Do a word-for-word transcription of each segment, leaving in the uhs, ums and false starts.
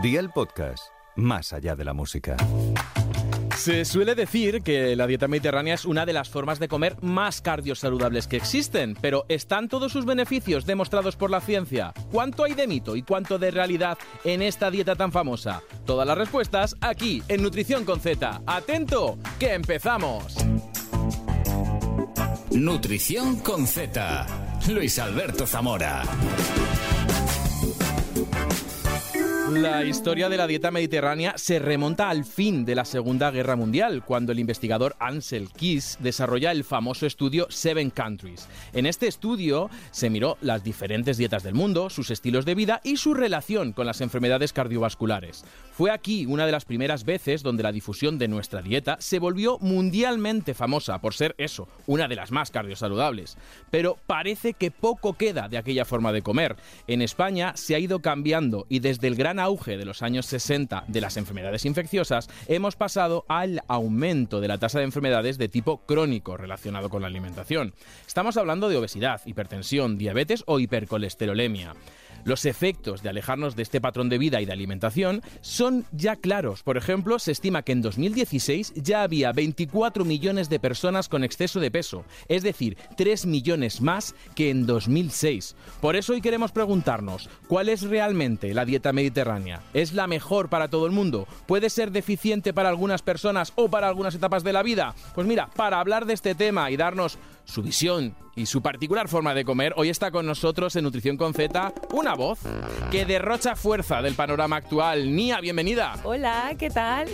Día el podcast, más allá de la música. Se suele decir que la dieta mediterránea es una de las formas de comer más cardiosaludables que existen, pero ¿están todos sus beneficios demostrados por la ciencia? ¿Cuánto hay de mito y cuánto de realidad en esta dieta tan famosa? Todas las respuestas aquí, en Nutrición con Z. ¡Atento, que empezamos! Nutrición con Z. Luis Alberto Zamora. La historia de la dieta mediterránea se remonta al fin de la Segunda Guerra Mundial, cuando el investigador Ansel Keys desarrolla el famoso estudio Seven Countries. En este estudio se miró las diferentes dietas del mundo, sus estilos de vida y su relación con las enfermedades cardiovasculares. Fue aquí una de las primeras veces donde la difusión de nuestra dieta se volvió mundialmente famosa por ser eso, una de las más cardiosaludables. Pero parece que poco queda de aquella forma de comer. En España se ha ido cambiando y desde el gran auge de los años sesenta de las enfermedades infecciosas, hemos pasado al aumento de la tasa de enfermedades de tipo crónico relacionado con la alimentación. Estamos hablando de obesidad, hipertensión, diabetes o hipercolesterolemia. Los efectos de alejarnos de este patrón de vida y de alimentación son ya claros. Por ejemplo, se estima que en dos mil dieciséis ya había veinticuatro millones de personas con exceso de peso, es decir, tres millones más que en dos mil seis. Por eso hoy queremos preguntarnos, ¿cuál es realmente la dieta mediterránea? ¿Es la mejor para todo el mundo? ¿Puede ser deficiente para algunas personas o para algunas etapas de la vida? Pues mira, para hablar de este tema y darnos su visión y su particular forma de comer, hoy está con nosotros en Nutrición con Z una voz que derrocha fuerza del panorama actual. Nia, bienvenida. Hola, ¿qué tal?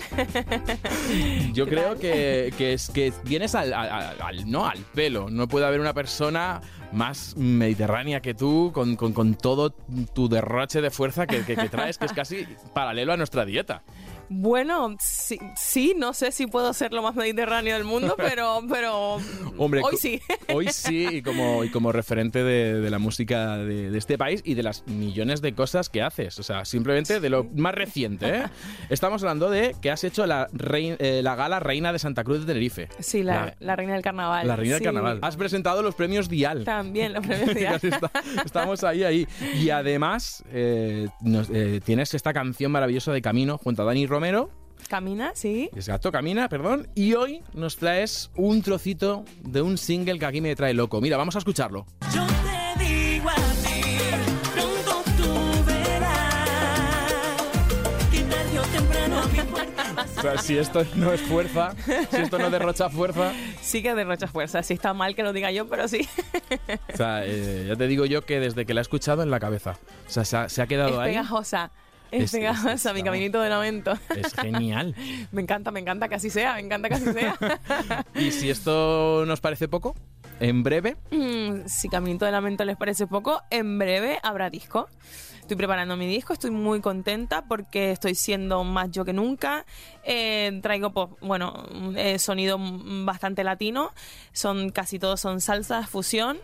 Yo ¿Qué creo tal? Que, que, es, que vienes al, al, al, no, al pelo. No puede haber una persona más mediterránea que tú, con, con, con todo tu derroche de fuerza que, que, que traes, que es casi paralelo a nuestra dieta. Bueno, sí, sí, no sé si puedo ser lo más mediterráneo del mundo, pero, pero Hombre, hoy sí. Hoy sí, y como, y como referente de, de la música de, de este país y de las millones de cosas que haces. O sea, simplemente de lo más reciente, ¿eh? Estamos hablando de que has hecho la, rei, eh, la gala Reina de Santa Cruz de Tenerife. Sí, la, la, la Reina del Carnaval. La Reina sí. del Carnaval. Has presentado los premios Dial. También los premios Dial. Está, estamos ahí, ahí. Y además, eh, nos, eh, tienes esta canción maravillosa de Camino junto a Dani Romero. Camina, sí. Exacto, Camina, perdón. Y hoy nos traes un trocito de un single que aquí me trae loco. Mira, vamos a escucharlo. Yo te digo a ti, pronto tú verás que tarde o temprano mi puerta. O sea, si esto no es fuerza, si esto no derrocha fuerza... Sí que derrocha fuerza. Sí está mal que lo diga yo, pero sí. O sea, eh, ya te digo yo que desde que la he escuchado en la cabeza. O sea, se ha, se ha quedado es ahí. Pegajosa. Es, es pegajosa, es, es, mi caminito de lamento. Es genial. Me encanta, me encanta que así sea, me encanta que así sea. ¿Y si esto nos parece poco? ¿En breve? Mm, si Caminito de Lamento les parece poco, en breve habrá disco. Estoy preparando mi disco, estoy muy contenta porque estoy siendo más yo que nunca. Eh, traigo, pues, bueno, eh, sonido bastante latino. Son casi todos son salsas, fusión.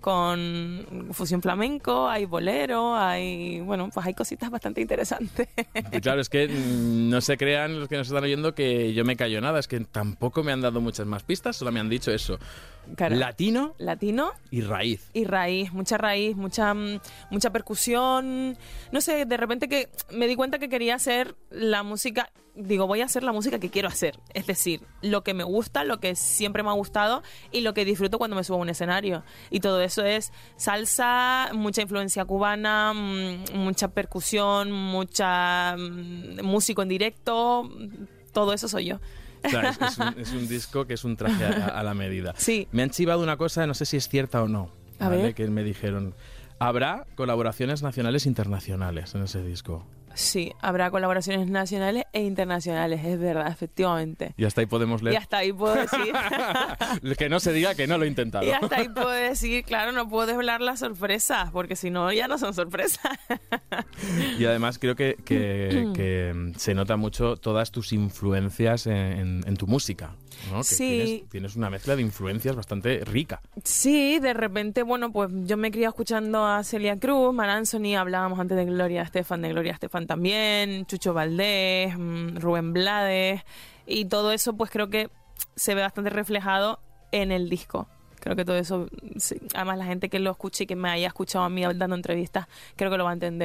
Con fusión flamenco, hay bolero, hay, bueno, pues hay cositas bastante interesantes. Y claro, es que no se crean los que nos están oyendo que yo me callo nada, es que tampoco me han dado muchas más pistas, solo me han dicho eso. Claro. Latino, latino y raíz. Y raíz, mucha raíz, mucha, mucha percusión. No sé, de repente que me di cuenta que quería hacer la música, digo, voy a hacer la música que quiero hacer. Es decir, lo que me gusta, lo que siempre me ha gustado y lo que disfruto cuando me subo a un escenario. Y todo eso es salsa, mucha influencia cubana, mucha percusión, mucha músico en directo. Todo eso soy yo. O sea, es, es, un, es un disco que es un traje a, a la medida. Sí. Me han chivado una cosa, no sé si es cierta o no. A ¿vale? ver. Que me dijeron, habrá colaboraciones nacionales e internacionales en ese disco. Sí, habrá colaboraciones nacionales e internacionales, es verdad, efectivamente. Y hasta ahí podemos leer. Y hasta ahí puedo decir... que no se diga que no lo he intentado. Y hasta ahí puedo decir, claro, no puedo desvelar las sorpresas, porque si no, ya no son sorpresas. Y además creo que, que, que se nota mucho todas tus influencias en, en, en tu música, ¿no? Que sí. Tienes, tienes una mezcla de influencias bastante rica. Sí, de repente, bueno, pues yo me he criado escuchando a Celia Cruz, Mar Anthony, hablábamos antes de Gloria Estefan, de Gloria Estefan también, Chucho Valdés, Rubén Blades, y todo eso pues creo que se ve bastante reflejado en el disco. Creo que todo eso, sí, además la gente que lo escuche y que me haya escuchado a mí dando entrevistas, creo que lo va a entender.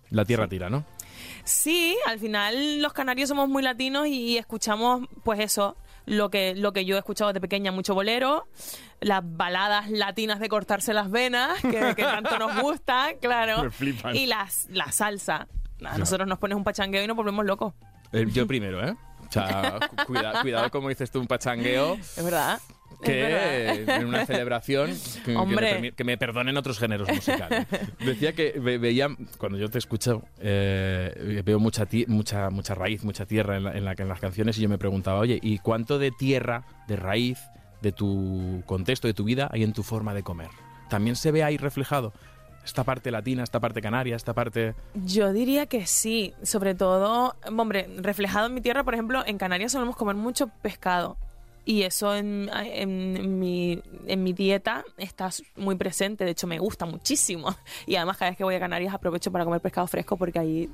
La tierra tira, ¿no? Sí, al final los canarios somos muy latinos y escuchamos, pues eso, lo que, lo que yo he escuchado desde pequeña, mucho bolero, las baladas latinas de cortarse las venas, que, que tanto nos gusta, claro. Me flipan. Y las, la salsa. A nosotros nos pones un pachangueo y nos volvemos locos. Eh, yo primero, ¿eh? O sea, cu- cuida, cuidado como dices tú, un pachangueo. Es verdad. Que Es verdad. en una celebración que, que, me, Hombre. permi- que me perdonen otros géneros musicales. Decía que ve- veía, cuando yo te escucho, eh, veo mucha, ti- mucha mucha raíz, mucha tierra en, la, en, la, en las canciones y yo me preguntaba, oye, ¿y cuánto de tierra, de raíz, de tu contexto, de tu vida hay en tu forma de comer? ¿También se ve ahí reflejado? Esta parte latina, esta parte canaria, esta parte... Yo diría que sí, sobre todo, hombre, reflejado en mi tierra, por ejemplo, en Canarias solemos comer mucho pescado. Y eso en, en, en, mi, en mi dieta está muy presente, de hecho me gusta muchísimo. Y además cada vez que voy a Canarias aprovecho para comer pescado fresco porque ahí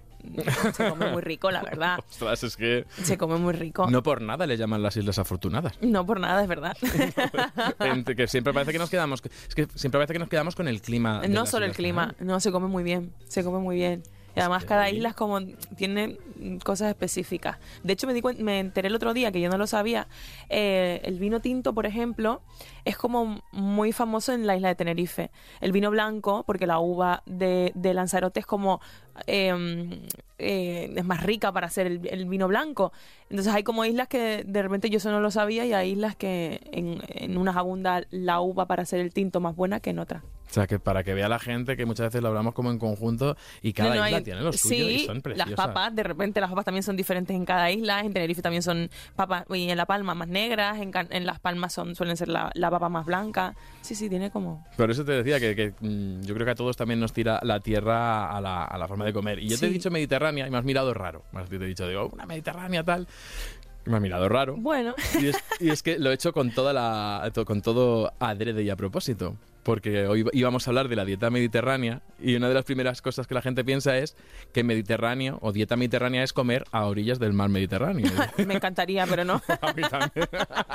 se come muy rico, la verdad. Ostras, es que Se come muy rico. no por nada le llaman las Islas Afortunadas. No por nada, es verdad. Entre que siempre parece que nos quedamos... Es que siempre parece que nos quedamos con el clima. de No las solo el Islas clima, Canarias. no, se come muy bien, se come muy bien. Y además que cada ahí- isla es como tiene cosas específicas. De hecho me di cuen- me enteré el otro día que yo no lo sabía. eh, el vino tinto, por ejemplo, es como muy famoso en la isla de Tenerife. El vino blanco, porque la uva de, de Lanzarote es como eh, eh, es más rica para hacer el, el vino blanco. Entonces hay como islas que de repente yo eso no lo sabía y hay islas que en, en unas abunda la uva para hacer el tinto más buena que en otras. O sea, que para que vea la gente que muchas veces lo hablamos como en conjunto y cada No, no, isla hay- tiene lo suyo sí, y son preciosas. las papas, de repente las papas también son diferentes en cada isla. En Tenerife también son papas, y en La Palma más negras, en, Can- en Las Palmas son suelen ser la, la papa más blanca. Sí, sí, tiene como... Por eso te decía que, que, mm, yo creo que a todos también nos tira la tierra a la, a la forma de comer. Y yo te he Sí. dicho Mediterránea y me has mirado raro. Me has- te he dicho, digo, una Mediterránea tal. Y me has mirado raro. Bueno, Y es, y es que lo he hecho con toda la to- con todo adrede y a propósito. Porque hoy íbamos a hablar de la dieta mediterránea y una de las primeras cosas que la gente piensa es que Mediterráneo o dieta mediterránea es comer a orillas del mar Mediterráneo. me encantaría, pero no. A mí también.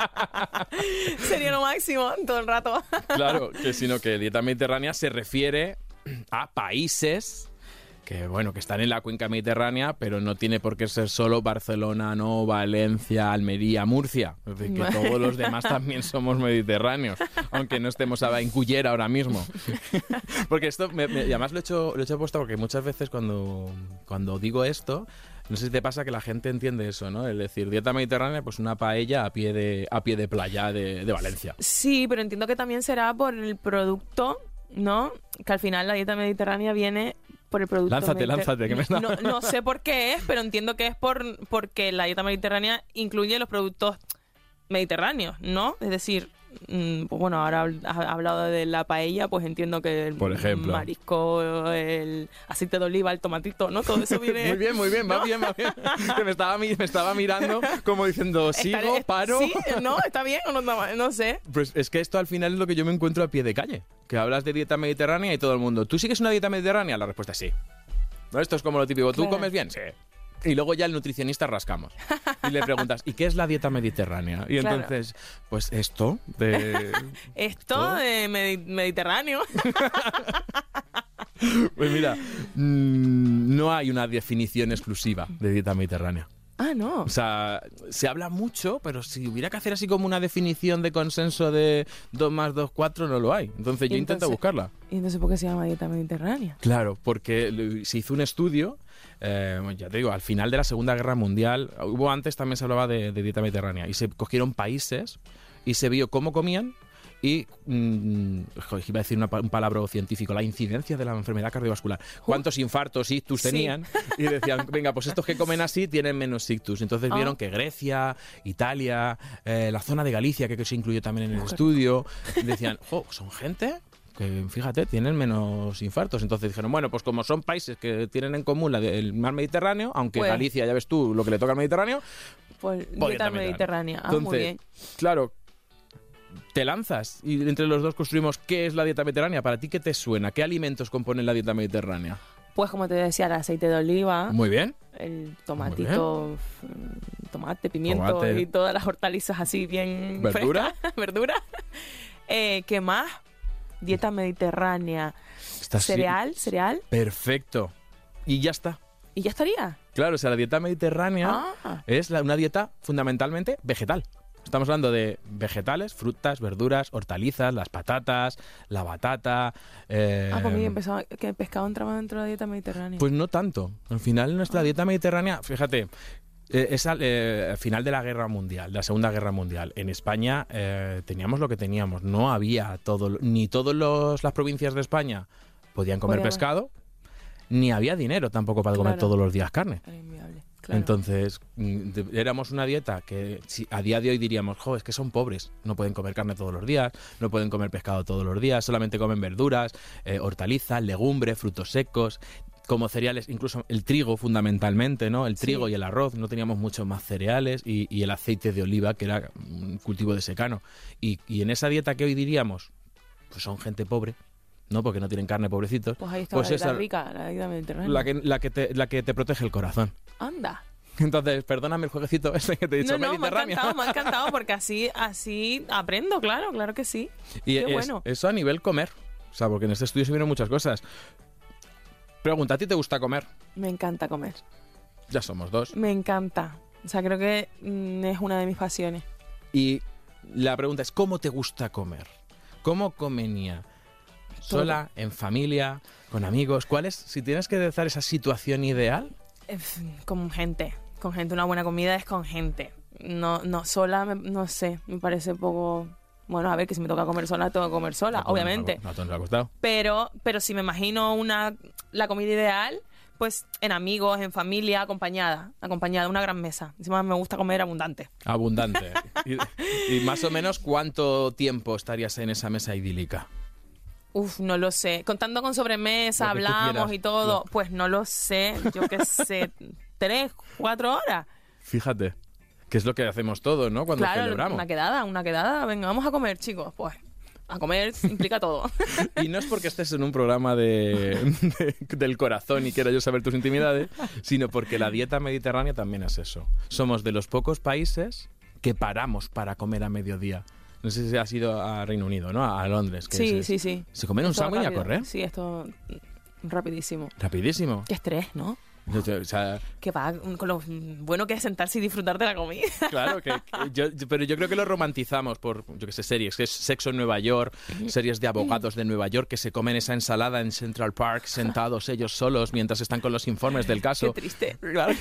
Sería lo máximo todo el rato. Claro, que sino que dieta mediterránea se refiere a países que, bueno, que están en la cuenca mediterránea, pero no tiene por qué ser solo Barcelona, no, Valencia, Almería, Murcia. Es decir, que todos los demás también somos mediterráneos, aunque no estemos en Cullera ahora mismo. Porque esto, me, me- y además lo he hecho, lo he hecho aposta porque muchas veces cuando, cuando digo esto, no sé si te pasa que la gente entiende eso, ¿no? Es decir, dieta mediterránea, pues una paella a pie de, a pie de playa de, de Valencia. Sí, pero entiendo que también será por el producto, ¿no? Que al final la dieta mediterránea viene por el producto. Lánzate, mediter- lánzate, que me está- no, no sé por qué es, pero entiendo que es por porque la dieta mediterránea incluye los productos mediterráneos, ¿no? Es decir, mm, pues bueno, ahora has hablado de la paella, pues entiendo que el Por ejemplo. marisco, el aceite de oliva, el tomatito, ¿no? Todo eso viene... Muy bien, muy bien, va ¿no? bien, va bien. Que me estaba, mi- me estaba mirando como diciendo, sigo, Estaré- paro. Sí, ¿no? ¿Está bien o no está mal? No sé. Pues es que esto al final es lo que yo me encuentro a pie de calle. Que hablas de dieta mediterránea y todo el mundo, ¿tú sigues una dieta mediterránea? La respuesta es sí. ¿No? Esto es como lo típico, ¿tú Claro. comes bien? Sí. Y luego ya el nutricionista rascamos. Y le preguntas, ¿y qué es la dieta mediterránea? Y Claro. entonces, pues esto de... Esto ¿Todo? de medi- Mediterráneo. Pues mira, mm, no hay una definición exclusiva de dieta mediterránea. Ah, no. O sea, se habla mucho, pero si hubiera que hacer así como una definición de consenso de dos más dos, cuatro, no lo hay. Entonces yo Y intento entonces- buscarla. ¿Y entonces por qué se llama dieta mediterránea? Claro, porque lo- se hizo un estudio, eh, ya te digo, al final de la Segunda Guerra Mundial, hubo antes también se hablaba de, de dieta mediterránea, y se cogieron países y se vio cómo comían y, mm, joder, iba a decir una pa- un palabra científico, la incidencia de la enfermedad cardiovascular. ¿Cuántos infartos, ictus Sí. tenían? Y decían, venga, pues estos que comen así tienen menos ictus. Entonces Ah. vieron que Grecia, Italia, eh, la zona de Galicia, que, que se incluyó también en el estudio, decían, jo, son gente que, fíjate, tienen menos infartos. Entonces dijeron, bueno, pues como son países que tienen en común la del mar Mediterráneo, aunque Pues- Galicia, ya ves tú, lo que le toca al Mediterráneo, Pues Pues dieta dieta mediterránea. Ah, entonces, muy bien. claro, te lanzas y entre los dos construimos qué es la dieta mediterránea. ¿Para ti qué te suena? ¿Qué alimentos componen la dieta mediterránea? Pues como te decía, el aceite de oliva, Muy bien. el tomatito, mm, tomate, pimiento Tomate. y todas las hortalizas así bien ¿Verdura? frescas. ¿Verdura? Eh, ¿Qué más? Dieta mediterránea. Estás- Cereal, cereal. Perfecto. y ya está. ¿Y ya estaría? Claro, o sea, la dieta mediterránea Ah. es la- una dieta fundamentalmente vegetal. Estamos hablando de vegetales, frutas, verduras, hortalizas, las patatas, la batata. eh, Ah, pues mira, empezaba que el pescado entraba dentro de la dieta mediterránea. Pues no tanto. Al final nuestra dieta mediterránea, fíjate, eh, es al eh, final de la Guerra Mundial, de la Segunda Guerra Mundial. En España eh, teníamos lo que teníamos. No había todo, lo- ni todas las provincias de España podían comer Podían- pescado, ni había dinero tampoco para comer Claro. todos los días carne. Era inviable. Claro. Entonces, mm, de- éramos una dieta que si, a día de hoy diríamos, jo, es que son pobres, no pueden comer carne todos los días, no pueden comer pescado todos los días, solamente comen verduras, eh, hortalizas, legumbres, frutos secos, como cereales, incluso el trigo fundamentalmente, ¿no? El trigo Sí. y el arroz, no teníamos mucho más cereales y, y el aceite de oliva, que era un cultivo de secano. Y, y en esa dieta que hoy diríamos, pues son gente pobre, ¿no? Porque no tienen carne, pobrecitos. Pues ahí está pues la, esa- la rica, la dieta mediterránea. la que, la, que te, la que te protege el corazón. Anda. Entonces, perdóname el jueguecito ese que te he dicho, No, no, me ha mediterránea. encantado, me ha encantado porque así, así aprendo, claro, claro que sí. Y Qué es- bueno. eso a nivel comer. O sea, porque en este estudio se vieron muchas cosas. Pregunta, ¿a ti te gusta comer? Me encanta comer. Ya somos dos. Me encanta. O sea, creo que mm, es una de mis pasiones. Y la pregunta es, ¿cómo te gusta comer? ¿Cómo comería? ¿Sola, en familia, con amigos? ¿Cuál es, si tienes que dar esa situación ideal? Eh, Con gente. Con gente. Una buena comida es con gente. No, no sola, me- no sé. Me parece poco... Bueno, a ver, que si me toca comer sola, tengo que comer sola, A todos nos ha- obviamente. A todos nos ha costado. Pero, pero si me imagino una la comida ideal, pues en amigos, en familia, acompañada. Acompañada, una gran mesa. Encima me gusta comer abundante. Abundante. y, y más o menos, ¿cuánto tiempo estarías en esa mesa idílica? Uf, no lo sé. Contando con sobremesa, Lo que tú hablamos quieras. y todo. Lo- Pues no lo sé. Yo qué sé. Tres, cuatro horas. Fíjate, que es lo que hacemos todos, ¿no? Cuando Claro, celebramos. una quedada, una quedada. Venga, vamos a comer, chicos. Pues a comer implica todo. Y no es porque estés en un programa de, de- del corazón y quiera yo saber tus intimidades, sino porque la dieta mediterránea también es eso. Somos de los pocos países que paramos para comer a mediodía. No sé si has ido a Reino Unido, ¿no? A Londres. Que Sí, es- sí, sí. Se comen un Esto sándwich y a rápido. correr. Sí, esto mm, rapidísimo. Rapidísimo. Qué estrés, ¿no? O sea, Que va con lo bueno que es sentarse y disfrutar de la comida. claro, que, que yo, yo- pero yo creo que lo romantizamos por, yo qué sé, series, que es Sexo en Nueva York, series de abogados de Nueva York que se comen esa ensalada en Central Park sentados ellos solos mientras están con los informes del caso. Qué triste. Claro.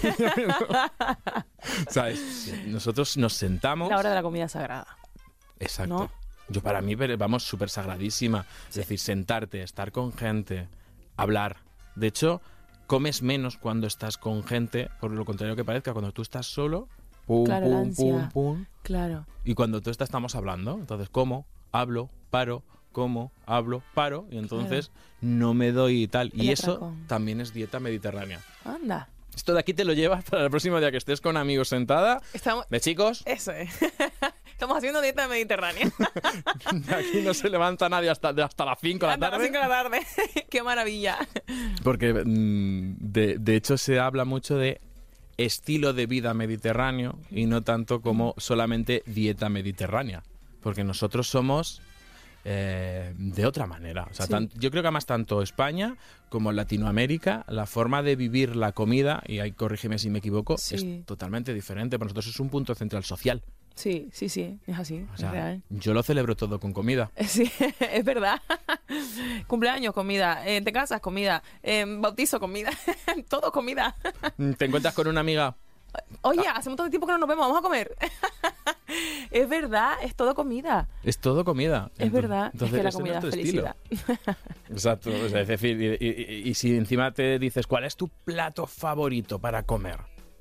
¿Sabes? Sí, nosotros nos sentamos. La hora de la comida sagrada. Exacto. ¿no? Yo para mí, pero, vamos, súper sagradísima. Es decir, sentarte, estar con gente, hablar. De hecho, comes menos cuando estás con gente, por lo contrario que parezca, cuando tú estás solo, pum, Claro, la pum, pum, ansia. pum. Claro. Y cuando tú estás, estamos hablando, entonces como, hablo, paro, como, hablo, paro, y entonces no me doy y tal. El Y eso atracón. también es dieta mediterránea. Anda. Esto de aquí te lo llevas para el próximo día que estés con amigos sentada. Estamos... De chicos, Eso es. Estamos haciendo dieta mediterránea. de aquí no se levanta nadie hasta, de hasta las cinco de la Hasta las tarde. cinco de la tarde. Qué maravilla. Porque mm, de, de hecho se habla mucho de estilo de vida mediterráneo y no tanto como solamente dieta mediterránea. Porque nosotros somos eh, de otra manera. O sea, Sí. tan- yo creo que además tanto España como Latinoamérica, la forma de vivir la comida, y ahí corrígeme si me equivoco, Sí. es totalmente diferente. Para nosotros es un punto central social. Sí, sí, sí. Es así. O es sea, real. yo lo celebro todo con comida. Sí, es verdad. Cumpleaños, comida. Eh, te casas, comida. Eh, bautizo, comida. Todo comida. Te encuentras con una amiga. Oye, hace un montón de tiempo que no nos vemos, vamos a comer. Es verdad, es todo comida. Es todo comida. Es Entonces- verdad, es entonces que la ese no comida tu es estilo. felicidad. Exacto, o sea, es decir, y, y- y si encima te dices, ¿cuál es tu plato favorito para comer?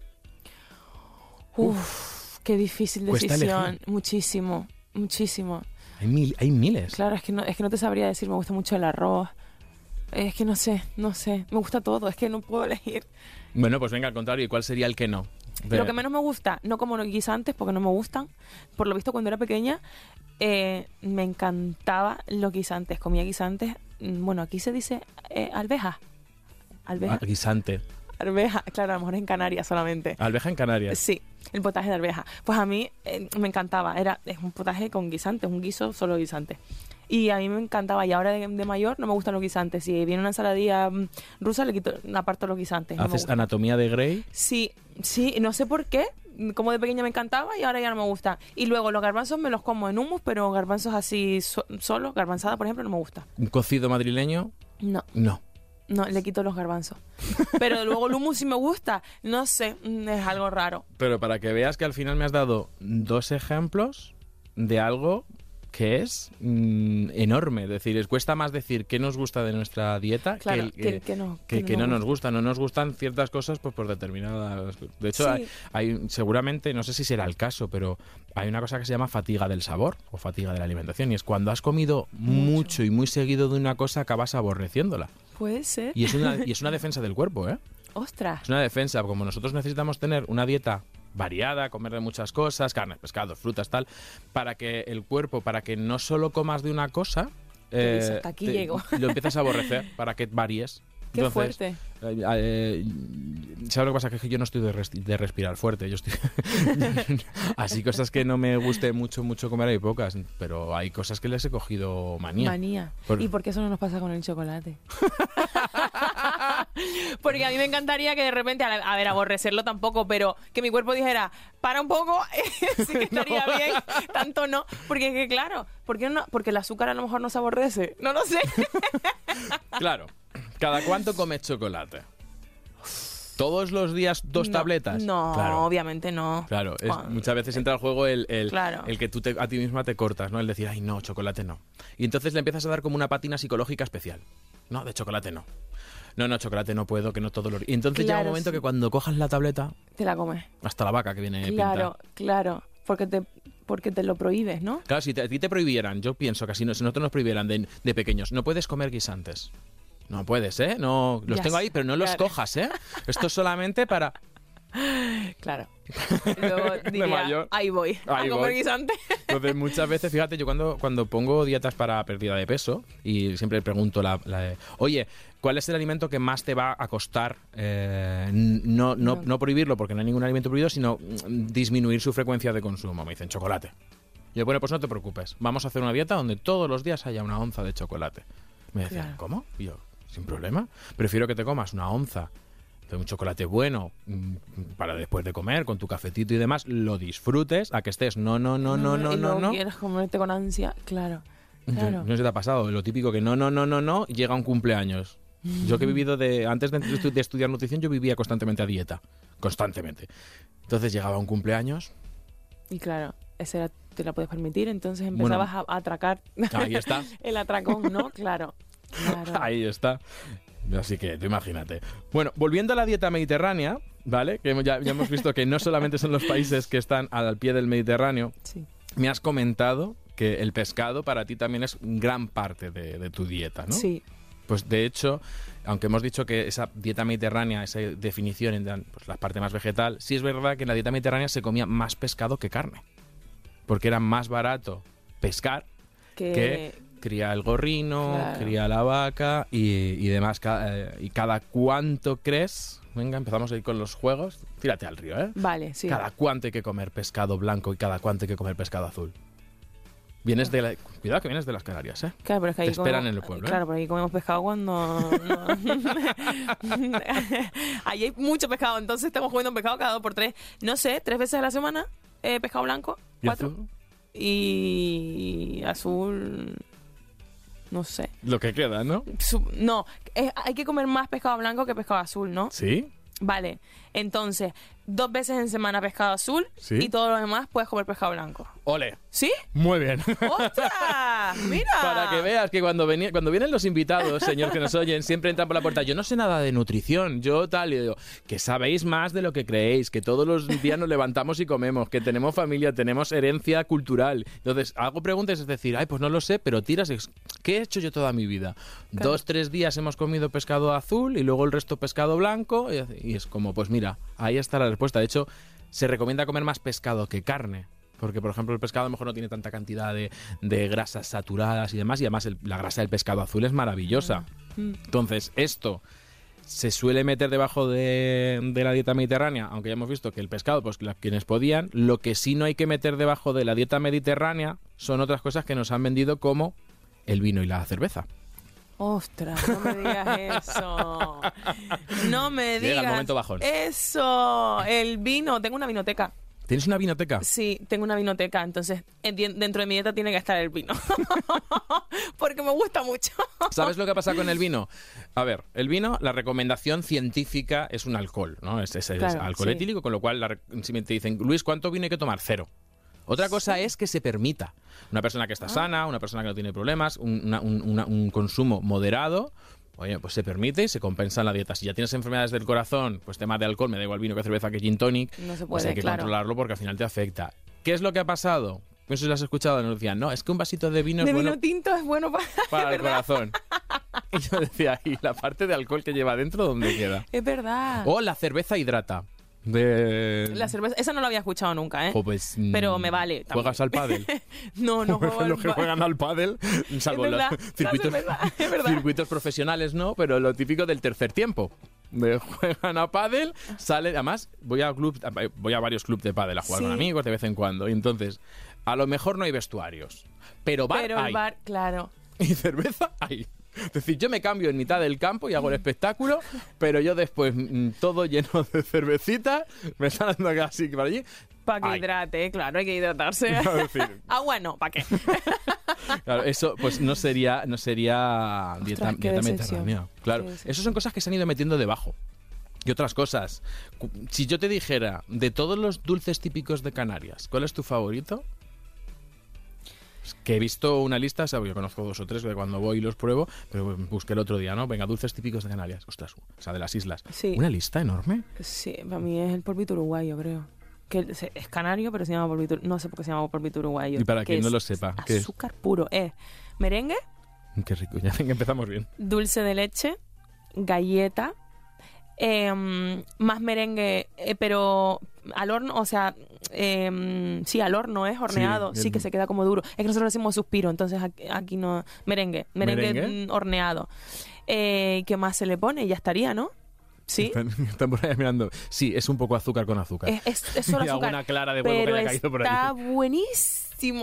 Uf, qué difícil Cuesta decisión. elegir. Muchísimo, muchísimo. Hay, mil, hay miles. Claro, es que, no, es que no te sabría decir, me gusta mucho el arroz. Es que no sé, no sé. Me gusta todo, es que no puedo elegir. Bueno, pues venga, al contrario, ¿y cuál sería el que no? De- Lo que menos me gusta, no como los guisantes, porque no me gustan. Por lo visto, cuando era pequeña, eh, me encantaba los guisantes. Comía guisantes. mm, Bueno, aquí se dice eh, alveja. Alveja. Ah, guisante. Alveja. Claro, a lo mejor en Canarias solamente. Alveja en Canarias. Sí, el potaje de arveja. Pues a mí eh, me encantaba. Era, es un potaje con guisantes, un guiso solo guisante. Y a mí me encantaba. Y ahora de, de mayor no me gustan los guisantes. Si viene una ensaladilla mm, rusa, le quito, aparto los guisantes. No me ¿Haces gustan. anatomía de Grey? Sí, sí, no sé por qué. Como de pequeña me encantaba y ahora ya no me gusta. Y luego los garbanzos me los como en hummus, pero garbanzos así so- solo, garbanzada, por ejemplo, no me gusta. ¿Un cocido madrileño? No. No. No, le quito los garbanzos. Pero luego el hummus sí me gusta. No sé, mm, es algo raro. Pero para que veas que al final me has dado dos ejemplos de algo que es mm, enorme. Es decir, es, cuesta más decir qué nos gusta de nuestra dieta Claro, que, que, el- que no. que, que que no me nos gusta. No nos gustan ciertas cosas pues por determinadas... De hecho, Sí. hay, hay seguramente, no sé si será el caso, pero hay una cosa que se llama fatiga del sabor o fatiga de la alimentación. Y es cuando has comido mucho, Mucho. y muy seguido de una cosa, acabas aborreciéndola. Puede ser. Y es una, y es una defensa del cuerpo, ¿eh? Ostras. Es una defensa. Como nosotros necesitamos tener una dieta variada, comer de muchas cosas, carnes, pescados, frutas, tal, para que el cuerpo, para que no solo comas de una cosa, Que dices, hasta aquí llego. lo empiezas a aborrecer, para que varíes. Qué Entonces, fuerte. eh, eh, ¿sabes lo que pasa? Que es que yo no estoy de, res- de respirar fuerte. Yo estoy así cosas que no me guste mucho, mucho comer hay pocas, pero hay cosas que les he cogido manía. Manía. Por- ¿Y por qué eso no nos pasa con el chocolate? Porque a mí me encantaría que de repente, a, la- a ver, aborrecerlo tampoco, pero que mi cuerpo dijera, para un poco, sí que estaría bien, tanto no. Porque es que claro, ¿por qué no? Porque el azúcar a lo mejor no se aborrece. No lo sé. Claro. ¿Cada cuánto comes chocolate? ¿Todos los días dos No, tabletas? No, Claro. obviamente no. Claro, es- Cuando- muchas veces entra al juego el, el, Claro. el que tú te- a ti misma te cortas, ¿no? El decir, ay, no, chocolate no. Y entonces le empiezas a dar como una patina psicológica especial. No, de chocolate no. No, no, chocolate no puedo, que no todo lo... Y entonces llega un Claro, momento sí. que cuando cojas la tableta, Te la comes. hasta la vaca que viene Claro, pintada. claro. Porque te, porque te lo prohíbes, ¿no? Claro, si te- a ti te prohibieran, yo pienso que si, no- si nosotros nos prohibieran de, de pequeños, no puedes comer guisantes. No puedes, ¿eh? No, los Ya tengo sé, ahí, pero no los claro. cojas, ¿eh? Esto es solamente para... Claro. Luego diría, mayor. ahí voy, Ahí a comer voy. guisante. Entonces, muchas veces, fíjate, yo cuando, cuando pongo dietas para pérdida de peso, y siempre pregunto, la, la- oye, ¿cuál es el alimento que más te va a costar eh, no, no, No. no prohibirlo, porque no hay ningún alimento prohibido, sino mm, disminuir su frecuencia de consumo? Me dicen, chocolate. Y yo, bueno, pues no te preocupes, vamos a hacer una dieta donde todos los días haya una onza de chocolate. Me decían, Claro. ¿cómo? Y yo, sin problema, prefiero que te comas una onza de un chocolate bueno mm, para después de comer, con tu cafetito y demás, lo disfrutes, a que estés, no, no, no, no, no, y no, luego no. quieres comerte con ansia, claro. Yo- Claro. No sé si te ha pasado, lo típico que no, no, no, no, no, llega un cumpleaños. Yo que he vivido de... Antes de, estu- de estudiar nutrición, yo vivía constantemente a dieta. Constantemente. Entonces llegaba un cumpleaños, Y claro, esa era- te la puedes permitir, entonces Bueno. empezabas a, a atracar ahí está, el atracón, ¿no? Claro. Claro. ahí está. Así que tú imagínate. Bueno, volviendo a la dieta mediterránea, ¿vale? Que hemos- ya, ya hemos visto que no solamente son los países que están al pie del Mediterráneo. Sí. Me has comentado que el pescado para ti también es gran parte de, de tu dieta, ¿no? Sí. Pues de hecho, aunque hemos dicho que esa dieta mediterránea, esa definición en pues, la parte más vegetal, sí es verdad que en la dieta mediterránea se comía más pescado que carne. Porque era más barato pescar Que, que cría el gorrino, Claro. cría la vaca y, y demás. Ca- eh, ¿Y cada cuánto crees? Venga, empezamos ahí con los juegos. Tírate al río, ¿eh? Vale, sí. ¿Cada cuánto hay que comer pescado blanco y cada cuánto hay que comer pescado azul? Vienes de la... Cuidado que vienes de las Canarias, ¿eh? Claro, pero es que ahí Te esperan comemos- en el pueblo, ¿eh? Claro, pero ahí comemos pescado cuando... no. Ahí hay mucho pescado, entonces estamos comiendo pescado cada dos por tres. No sé, tres veces a la semana, eh, pescado blanco, ¿Y cuatro. azul? Y azul... No sé. Lo que queda, ¿no? Su- No, es- hay que comer más pescado blanco que pescado azul, ¿no? ¿Sí? Vale, entonces, dos veces en semana pescado azul Sí. y todo lo demás puedes comer pescado blanco. ¡Ole! ¿Sí? Muy bien. ¡Ostras! ¡Mira! Para que veas que cuando, venía, cuando vienen los invitados, señor, que nos oyen, siempre entran por la puerta. Yo no sé nada de nutrición, yo tal. Y digo, que sabéis más de lo que creéis, que todos los días nos levantamos y comemos, que tenemos familia, tenemos herencia cultural. Entonces, hago preguntas, es decir, ay, pues no lo sé, pero tiras. ¿Qué he hecho yo toda mi vida? Claro. Dos, tres días hemos comido pescado azul y luego el resto pescado blanco. Y, y es como, pues mira, ahí está la respuesta. De hecho, se recomienda comer más pescado que carne. Porque, por ejemplo, el pescado a lo mejor no tiene tanta cantidad de, de grasas saturadas y demás. Y además el- la grasa del pescado azul es maravillosa. Mm. Entonces, esto se suele meter debajo de, de la dieta mediterránea, aunque ya hemos visto que el pescado, pues la- quienes podían. Lo que sí no hay que meter debajo de la dieta mediterránea son otras cosas que nos han vendido como el vino y la cerveza. Ostras, no me digas eso. No me digas Llega el momento bajón. eso. El vino, tengo una vinoteca. ¿Tienes una vinoteca? Sí, tengo una vinoteca, entonces en- dentro de mi dieta tiene que estar el vino. Porque me gusta mucho. ¿Sabes lo que pasa con el vino? A ver, el vino, la recomendación científica es un alcohol, ¿no? Es, es- es Claro, alcohol sí. etílico, con lo cual la re- si me te dicen, Luis, ¿cuánto vino hay que tomar? Cero. Otra cosa es que se permita. Una persona que está sana, una persona que no tiene problemas, un, una- un- una- un consumo moderado, oye, pues se permite y se compensa en la dieta. Si ya tienes enfermedades del corazón, pues tema de alcohol, me da igual vino que cerveza que gin tonic, No se pues puede, hay que claro. controlarlo porque al final te afecta. ¿Qué es lo que ha pasado? No sé si lo has escuchado, nos decían, no, es que un vasito de vino De es bueno vino tinto es bueno para... para es el verdad. corazón. Y yo decía, ¿y la parte de alcohol que lleva dentro dónde queda? Es verdad. O la cerveza hidrata. De... La cerveza, esa no la había escuchado nunca, ¿eh? Jo, pues, mm, Pero me vale también. ¿Juegas al pádel? No, no juego al Los que pa- juegan al pádel, salvo Es los verdad, circuitos, es verdad, es verdad. circuitos profesionales, no, pero lo típico del tercer tiempo. De juegan a pádel, sale, además voy a club, voy a varios clubes de pádel a jugar Sí. con amigos de vez en cuando, y entonces a lo mejor no hay vestuarios, pero bar Pero hay. el bar, claro. Y cerveza hay. Es decir, yo me cambio en mitad del campo y hago el espectáculo, pero yo después, mm, todo lleno de cervecita, me están dando así para allí. Para que Ay. hidrate, claro, hay que hidratarse. Es decir, Agua no, ¿para qué? claro, eso pues no sería, no sería dieta, qué dieta decepción. mediterránea. Claro, Qué decepción. esas son cosas que se han ido metiendo debajo. Y otras cosas. Cu- Si yo te dijera, de todos los dulces típicos de Canarias, ¿cuál es tu favorito? Es que he visto una lista, o sea, yo conozco dos o tres de cuando voy y los pruebo, pero busqué el otro día, ¿no? Venga, dulces típicos de Canarias. Ostras, o sea, de las islas. Sí. Una lista enorme. Sí, para mí es el polvito uruguayo, creo. Que se- es canario, pero se llama polvito... No sé por qué se llama polvito uruguayo. Y para que quien no es lo sepa, ¿qué es? azúcar puro. Es merengue, Qué rico, ya venga, empezamos bien. dulce de leche, galleta, em, más merengue, eh, pero al horno, o sea, em, sí, al horno es horneado, Sí, sí, el- que se queda como duro. Es que nosotros decimos suspiro, entonces aquí, aquí no, merengue, merengue, ¿Merengue? mm, horneado. Eh, ¿Qué más se le pone? Ya estaría, ¿no? Sí. Están, están por ahí mirando. Sí, es un poco azúcar con azúcar. Es, es, es solo Y azúcar. alguna clara de huevo que pero haya caído por está allí. buenísimo.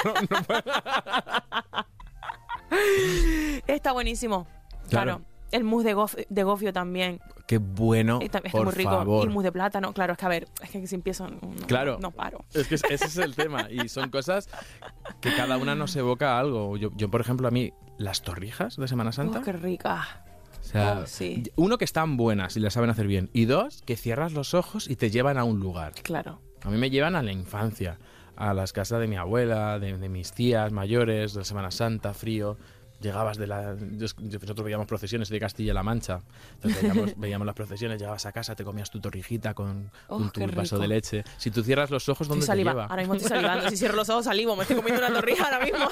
Está buenísimo. Claro. Claro. El mousse de, gof- de gofio también. Qué bueno, Está, está por muy rico. favor. Y mousse de plátano. Claro, es que a ver, es que si empiezo no, no- Claro. no paro. Es que ese es el tema. Y son cosas que cada una nos evoca algo. Yo, yo, por ejemplo, a mí, las torrijas de Semana Santa. Oh, qué rica. o sea, oh, sí. uno, que están buenas y las saben hacer bien. Y dos, que cierras los ojos y te llevan a un lugar. Claro. A mí me llevan a la infancia. A las casas de mi abuela, de, de mis tías mayores, de Semana Santa, frío. Llegabas de la... Nosotros veíamos procesiones de Castilla-La Mancha. Entonces veíamos, veíamos las procesiones, llegabas a casa, te comías tu torrijita con, Oh, con tu qué vaso rico. de leche. Si tú cierras los ojos, ¿dónde Estoy te saliva. lleva? Ahora mismo estoy salivando. Si cierro los ojos, salivo. Me estoy comiendo una torrija ahora mismo.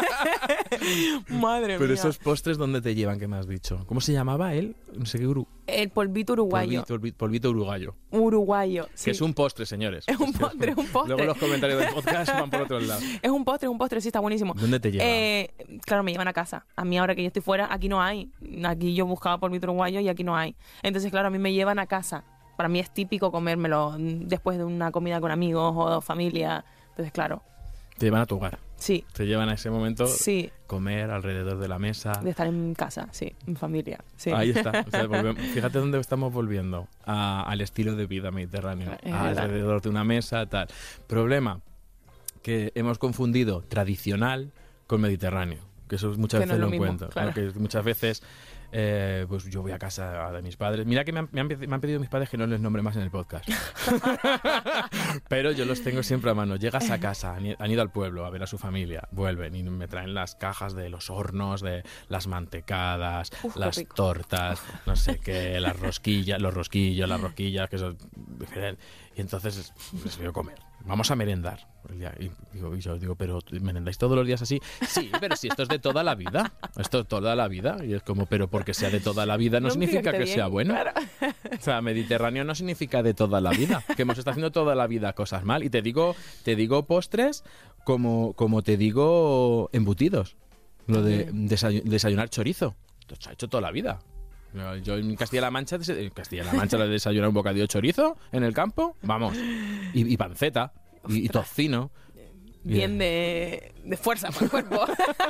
Madre Pero mía. esos postres, ¿dónde te llevan? ¿Qué me has dicho? ¿Cómo se llamaba él? No sé qué, uru... El polvito uruguayo. polvito, polvito, polvito uruguayo. Uruguayo. Sí. Que es un postre, señores. Es un postre, es un postre. Luego los comentarios del podcast van por otro lado. Es un postre, es un postre, sí, está buenísimo. ¿Dónde te lleva? Eh, claro, me llevan a casa. A mí ahora que yo estoy fuera, aquí no hay. Aquí yo buscaba por mi uruguayo y aquí no hay. Entonces, claro, a mí me llevan a casa. Para mí es típico comérmelo después de una comida con amigos o familia. Entonces, claro, Te llevan a tu hogar. sí, Te llevan a ese momento sí, comer alrededor de la mesa. de estar en casa, sí, en familia, sí. Ahí está. O sea, volvemos- fíjate dónde estamos volviendo. A- al estilo de vida mediterráneo. Es verdad. Alrededor de una mesa, tal. Problema, que hemos confundido tradicional con mediterráneo. Que eso muchas Que no veces es lo lo mismo, encuentro. claro. ¿no? Que muchas veces eh, pues yo voy a casa de mis padres. Mira que me han, me han pe- me han pedido mis padres que no les nombre más en el podcast. Pero yo los tengo siempre a mano. Llegas a casa, han, i- han ido al pueblo a ver a su familia, vuelven y me traen las cajas de los hornos, de las mantecadas, Uf, qué las rico. tortas, no sé qué, las rosquillas, los rosquillos, las rosquillas, que son diferentes. Y entonces les veo comer. Vamos a merendar. El día- Y digo, y yo digo, pero ¿merendáis todos los días así? Sí, pero si esto es de toda la vida. Esto es toda la vida. Y es como, pero porque sea de toda la vida no, No significa fíjate que bien, sea bueno. claro. O sea, Mediterráneo no significa de toda la vida. Que hemos estado haciendo toda la vida cosas mal. Y te digo, te digo postres como, como te digo embutidos. Lo de desayu- desayunar chorizo. Esto se ha hecho toda la vida. Yo en Castilla-La Mancha, des- en Castilla-La Mancha, le desayunar un bocadillo de chorizo en el campo, vamos. Y, y panceta, y, y tocino. Bien de, de fuerza para el cuerpo.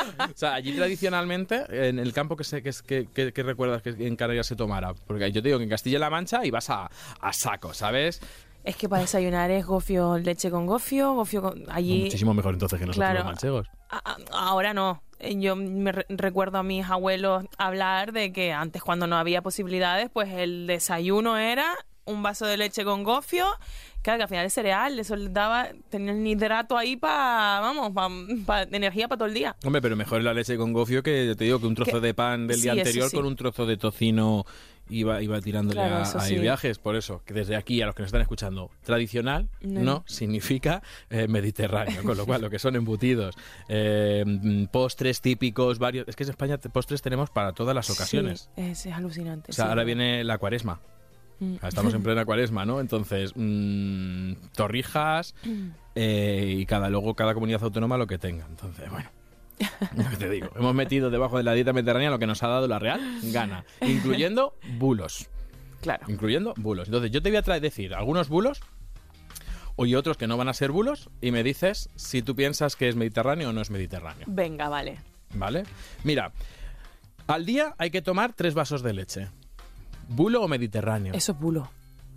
O sea, allí tradicionalmente, en el campo que, sé, que, es- que, que, que recuerdas que en Canarias se tomara. Porque yo te digo que en Castilla-La Mancha ibas a, a saco, ¿sabes? Es que para desayunar es gofio, leche con gofio, gofio con... Allí... Muchísimo mejor entonces que nosotros Claro. los manchegos. A- a- Ahora no. Eh, Yo me re- recuerdo a mis abuelos hablar de que antes, cuando no había posibilidades, pues el desayuno era un vaso de leche con gofio. Claro, que al final es cereal, eso les daba, tenía el hidrato ahí para, vamos, para energía para todo el día. Hombre, pero mejor la leche con gofio que, yo te digo, que un trozo Que- de pan del sí, día eso anterior sí. con un trozo de tocino iba, iba tirándole Claro, a, eso a sí. viajes. Por eso, que desde aquí, a los que nos están escuchando, tradicional no, No. significa eh, mediterráneo, con lo cual lo que son embutidos, eh, mm, postres típicos, varios... Es que en España te- postres tenemos para todas las ocasiones. Sí, es, es alucinante. O sea, sí. ahora viene la cuaresma. Mm. O sea, estamos en plena cuaresma, ¿no? Entonces, mm, torrijas eh, y cada luego cada comunidad autónoma lo que tenga. Entonces, bueno, lo que te digo. Hemos metido debajo de la dieta mediterránea lo que nos ha dado la Real Gana, incluyendo bulos. Claro. Incluyendo bulos. Entonces, yo te voy a traer decir algunos bulos y otros que no van a ser bulos y me dices si tú piensas que es mediterráneo o no es mediterráneo. Venga, vale. ¿Vale? Mira, al día hay que tomar tres vasos de leche. ¿Bulo o mediterráneo? Eso es bulo.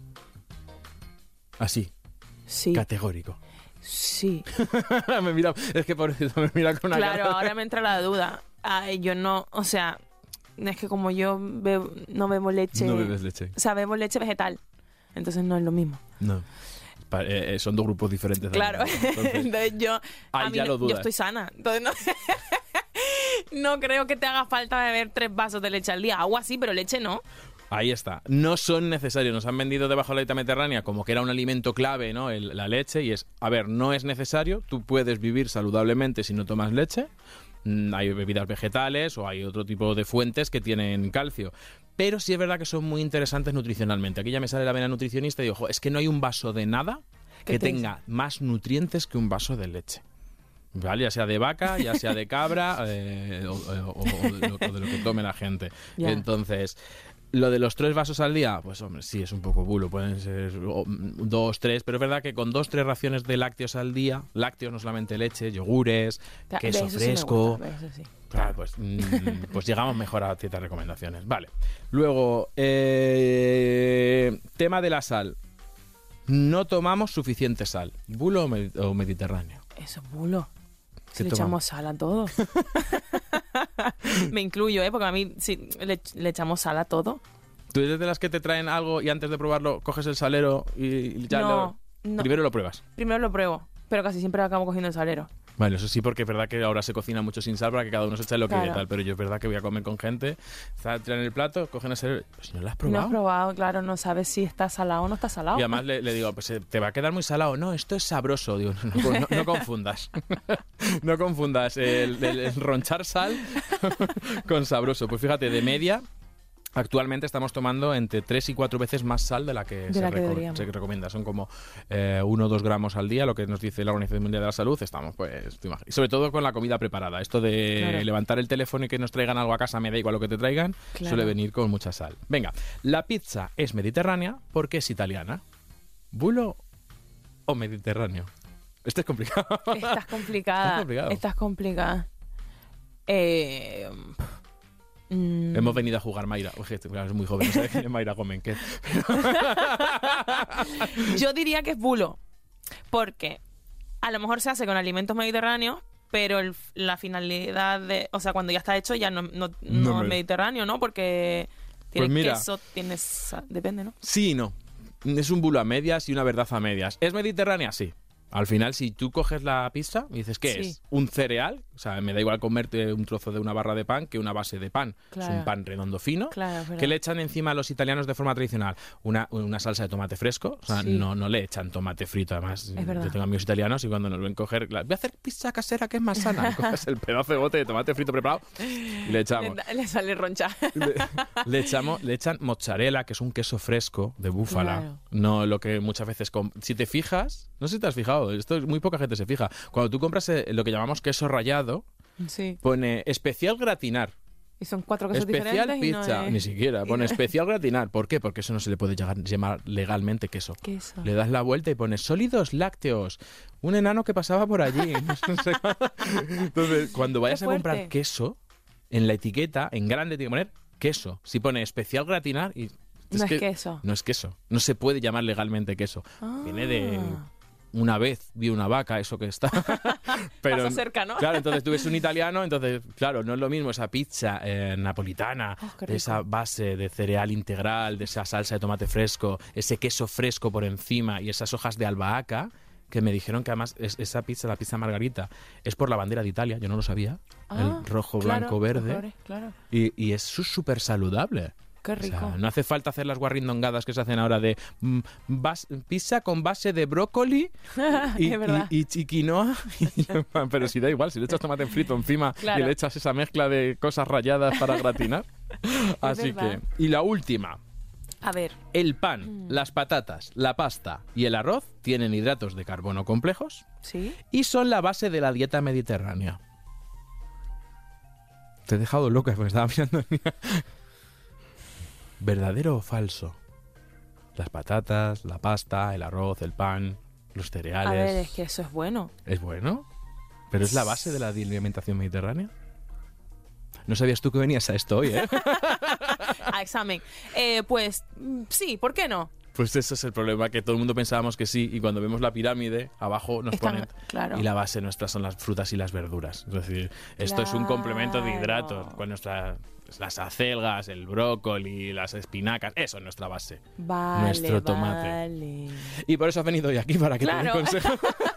Así, Sí. categórico. Sí. me mira, es que por eso me mira con una Claro, cara. ahora me entra la duda. Ay, yo no, o sea, es que como yo bebo- no bebo leche... No bebes leche. O sea, bebo leche vegetal. Entonces no es lo mismo. No. Pa- eh, eh, son dos grupos diferentes. de Claro. alimentos. Entonces, Entonces yo... ahí a mí ya no- lo dudas. yo estoy sana. Entonces no... no creo que te haga falta beber tres vasos de leche al día. Agua sí, pero leche no. ahí está. No son necesarios. Nos han vendido debajo de la dieta mediterránea como que era un alimento clave, ¿no? El- la leche. Y es, a ver, no es necesario. Tú puedes vivir saludablemente si no tomas leche. Mm, Hay bebidas vegetales o hay otro tipo de fuentes que tienen calcio. Pero sí es verdad que son muy interesantes nutricionalmente. Aquí ya me sale la vena nutricionista y digo, "Jo, es que no hay un vaso de nada que ¿Qué te tenga más nutrientes que un vaso de leche. ¿Vale? Ya sea de vaca, ya sea de cabra eh, o, o- o de lo, o de lo que tome la gente. Ya. Entonces, lo de los tres vasos al día, pues hombre, sí, es un poco bulo. Pueden ser o, mm, dos, tres, pero es verdad que con dos, tres raciones de lácteos al día, lácteos no solamente leche, yogures, Ta- queso eso sí me fresco... gusta, eso sí. Claro, pues, mm, pues llegamos mejor a ciertas recomendaciones. Vale. Luego, eh, tema de la sal. No tomamos suficiente sal. ¿Bulo o, med- o mediterráneo? Eso es bulo. Si ¿Qué le tomamos? echamos sal a todo. Me incluyo, ¿eh? Porque a mí sí, le, le echamos sal a todo. ¿Tú eres de las que te traen algo y antes de probarlo coges el salero y ya No, lo... no. Primero lo pruebas? Primero lo pruebo, pero casi siempre acabo cogiendo el salero. Bueno, eso sí, porque es verdad que ahora se cocina mucho sin sal para que cada uno se eche lo que Claro. quiere, tal. Pero yo es verdad que voy a comer con gente, está- tiran el plato, cogen el salero... Pues no lo has No probado. has probado, claro, no sabes si está salado o no está salado. Y además le, le digo, pues eh, te va a quedar muy salado. No, esto es sabroso. Digo, no, no- no confundas. No confundas el, el- el ronchar sal con sabroso. Pues fíjate, de media, actualmente estamos tomando entre tres y cuatro veces más sal de la que, De se, la que reco- deberíamos. se recomienda. Son como eh, uno o dos gramos al día, lo que nos dice la Organización Mundial de la Salud. Estamos, pues, tú imagínate. Y sobre todo con la comida preparada. Esto de Claro. levantar el teléfono y que nos traigan algo a casa, me da igual lo que te traigan, Claro. suele venir con mucha sal. Venga, la pizza es mediterránea porque es italiana. ¿Bulo o mediterráneo? Esto es complicado. Estás complicada. Estás complicado. Estás complicada. Eh, mm, Hemos venido a jugar Mayra. Oye, este, claro, es muy joven, no sabe quién es Mayra Gómez. ¿Qué? Yo diría que es bulo, porque a lo mejor se hace con alimentos mediterráneos, pero el- la finalidad de, o sea, cuando ya está hecho ya no, no, no No me- es mediterráneo, ¿no? Porque tiene Pues mira. queso, tiene sa- depende, ¿no? Sí y no. Es un bulo a medias y una verdad a medias. ¿Es mediterránea? Sí. Al final, si tú coges la pizza y dices, ¿qué Sí. es? ¿Un cereal? O sea, me da igual comerte un trozo de una barra de pan que una base de pan. Es Claro. un pan redondo fino. Claro, es verdad. ¿Qué le echan encima a los italianos de forma tradicional? Una, una salsa de tomate fresco. O sea, Sí. no, no le echan tomate frito. Además, Es verdad. yo tengo amigos italianos y cuando nos ven coger... la- Voy a hacer pizza casera que es más sana. Y coges el pedazo de bote de tomate frito preparado y le Le, echamos. da- le sale roncha. Le, le echamos, le echan mozzarella, que es un queso fresco de búfala. Claro. No lo que muchas veces... com- Si te fijas, no sé si te has fijado, esto es- muy poca gente se fija. Cuando tú compras eh, lo que llamamos queso rallado, Sí. pone especial gratinar. Y son cuatro cosas Especial diferentes pizza, y no es... ni siquiera. Pone especial gratinar. ¿Por qué? Porque eso no se le puede llegar- llamar legalmente queso. Queso. Le das la vuelta y pones sólidos lácteos. Un enano que pasaba por allí. No sé. Entonces, cuando vayas Qué a comprar fuerte. queso, en la etiqueta, en grande, tiene que poner queso. Si pone especial gratinar y... No es que queso. No es queso. No se puede llamar legalmente queso. Ah. Viene de... Una vez vi una vaca, eso que está. Pasó cerca, ¿no? Claro, entonces tú ves un italiano, entonces, claro, no es lo mismo esa pizza eh, napolitana, Oh, qué de rico. esa base de cereal integral, de esa salsa de tomate fresco, ese queso fresco por encima y esas hojas de albahaca, que me dijeron que además es- esa pizza, la pizza margarita, es por la bandera de Italia, yo no lo sabía. Ah, el rojo, claro, blanco, verde. colores, claro. Y, y es súper saludable. Qué O sea, rico. no hace falta hacer las guarrindongadas que se hacen ahora de mm, bas- pizza con base de brócoli y, Es verdad. y, y quinoa. Pero si da igual, si le echas tomate frito encima Claro. y le echas esa mezcla de cosas ralladas para gratinar. Así verdad. que... Y la última. A ver, El pan, las patatas, la pasta y el arroz tienen hidratos de carbono complejos ¿sí? y son la base de la dieta mediterránea. Te he dejado loca porque estaba mirando... ¿Verdadero o falso? Las patatas, la pasta, el arroz, el pan, los cereales... A ver, es que eso es bueno. ¿Es bueno? ¿Pero es la base de la alimentación mediterránea? No sabías tú que venías a esto hoy, ¿eh? A examen. Eh, pues mm, sí, ¿por qué no? Pues ese es el problema, que todo el mundo pensábamos que sí, y cuando vemos la pirámide, abajo nos Están- ponen... claro. Y la base nuestra son las frutas y las verduras. Es decir, esto es un complemento de hidratos. Claro. Con nuestra, las acelgas, el brócoli, las espinacas, eso es nuestra base. Vale, Nuestro tomate. vale. Y por eso has venido hoy aquí, para que Claro. te dé consejos.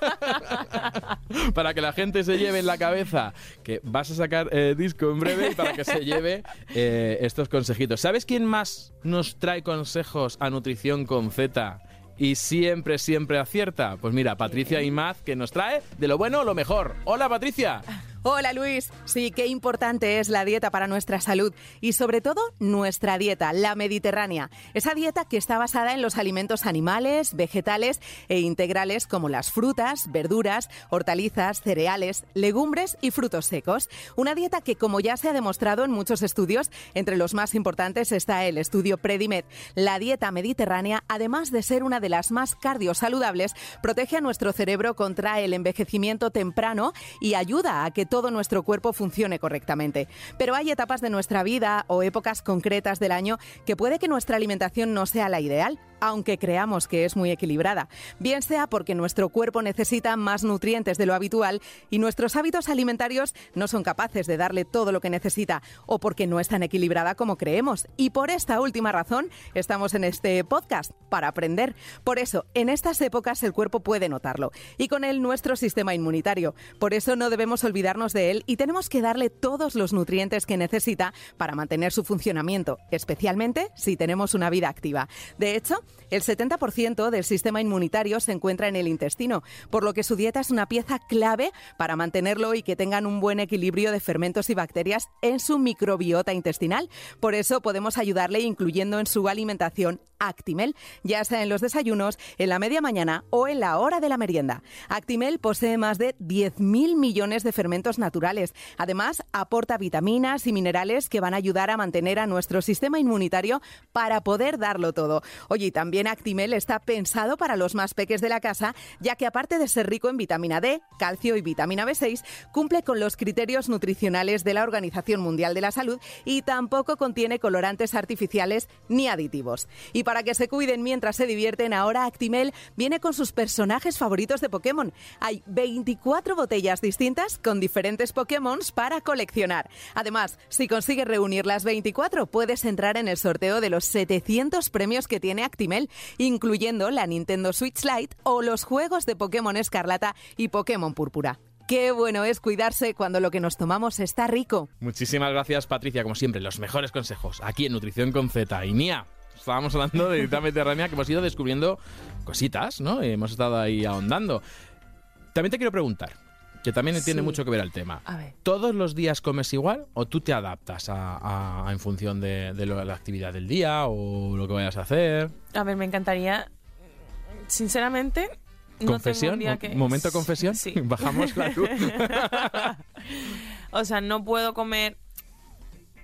Para que la gente se lleve en la cabeza que vas a sacar eh, disco en breve y para que se lleve eh, estos consejitos. ¿Sabes quién más nos trae consejos a Nutrición con Z y siempre, siempre acierta? Pues mira, Patricia Imaz, que nos trae de lo bueno lo mejor. Hola, Patricia. Hola Luis, sí, qué importante es la dieta para nuestra salud y sobre todo nuestra dieta, la mediterránea. Esa dieta que está basada en los alimentos animales, vegetales e integrales como las frutas, verduras, hortalizas, cereales, legumbres y frutos secos. Una dieta que, como ya se ha demostrado en muchos estudios, entre los más importantes está el estudio Predimed. La dieta mediterránea, además de ser una de las más cardiosaludables, protege a nuestro cerebro contra el envejecimiento temprano y ayuda a que todo nuestro cuerpo funcione correctamente. Pero hay etapas de nuestra vida o épocas concretas del año que puede que nuestra alimentación no sea la ideal, aunque creamos que es muy equilibrada. Bien sea porque nuestro cuerpo necesita más nutrientes de lo habitual y nuestros hábitos alimentarios no son capaces de darle todo lo que necesita, o porque no es tan equilibrada como creemos. Y por esta última razón estamos en este podcast, para aprender. Por eso, en estas épocas el cuerpo puede notarlo, y con él nuestro sistema inmunitario. Por eso no debemos olvidarnos de él y tenemos que darle todos los nutrientes que necesita para mantener su funcionamiento, especialmente si tenemos una vida activa. De hecho, el setenta por ciento del sistema inmunitario se encuentra en el intestino, por lo que su dieta es una pieza clave para mantenerlo y que tengan un buen equilibrio de fermentos y bacterias en su microbiota intestinal. Por eso podemos ayudarle incluyendo en su alimentación Actimel, ya sea en los desayunos, en la media mañana o en la hora de la merienda. Actimel posee más de diez mil millones de fermentos naturales. Además, aporta vitaminas y minerales que van a ayudar a mantener a nuestro sistema inmunitario para poder darlo todo. Oye, y también Actimel está pensado para los más peques de la casa, ya que aparte de ser rico en vitamina D, calcio y vitamina B seis, cumple con los criterios nutricionales de la Organización Mundial de la Salud y tampoco contiene colorantes artificiales ni aditivos. Y para que se cuiden mientras se divierten, ahora Actimel viene con sus personajes favoritos de Pokémon. Hay veinticuatro botellas distintas con diferentes Pokémon para coleccionar. Además, si consigues reunir las veinticuatro, puedes entrar en el sorteo de los setecientos premios que tiene Actimel, incluyendo la Nintendo Switch Lite o los juegos de Pokémon Escarlata y Pokémon Púrpura. Qué bueno es cuidarse cuando lo que nos tomamos está rico. Muchísimas gracias, Patricia, como siempre, los mejores consejos aquí en Nutrición con Z. Y Mía, estábamos hablando de dieta mediterránea, que hemos ido descubriendo cositas, ¿no? Hemos estado ahí ahondando. También te quiero preguntar, que también tiene Sí. mucho que ver el tema. A ver. ¿Todos los días comes igual o tú te adaptas a, a- a- en función de, de lo- la actividad del día o lo que vayas a hacer? A ver, me encantaría, sinceramente, no tengo ¿Confesión? un día que... ¿Momento confesión? Sí. Bajamos la luz. O sea, no puedo comer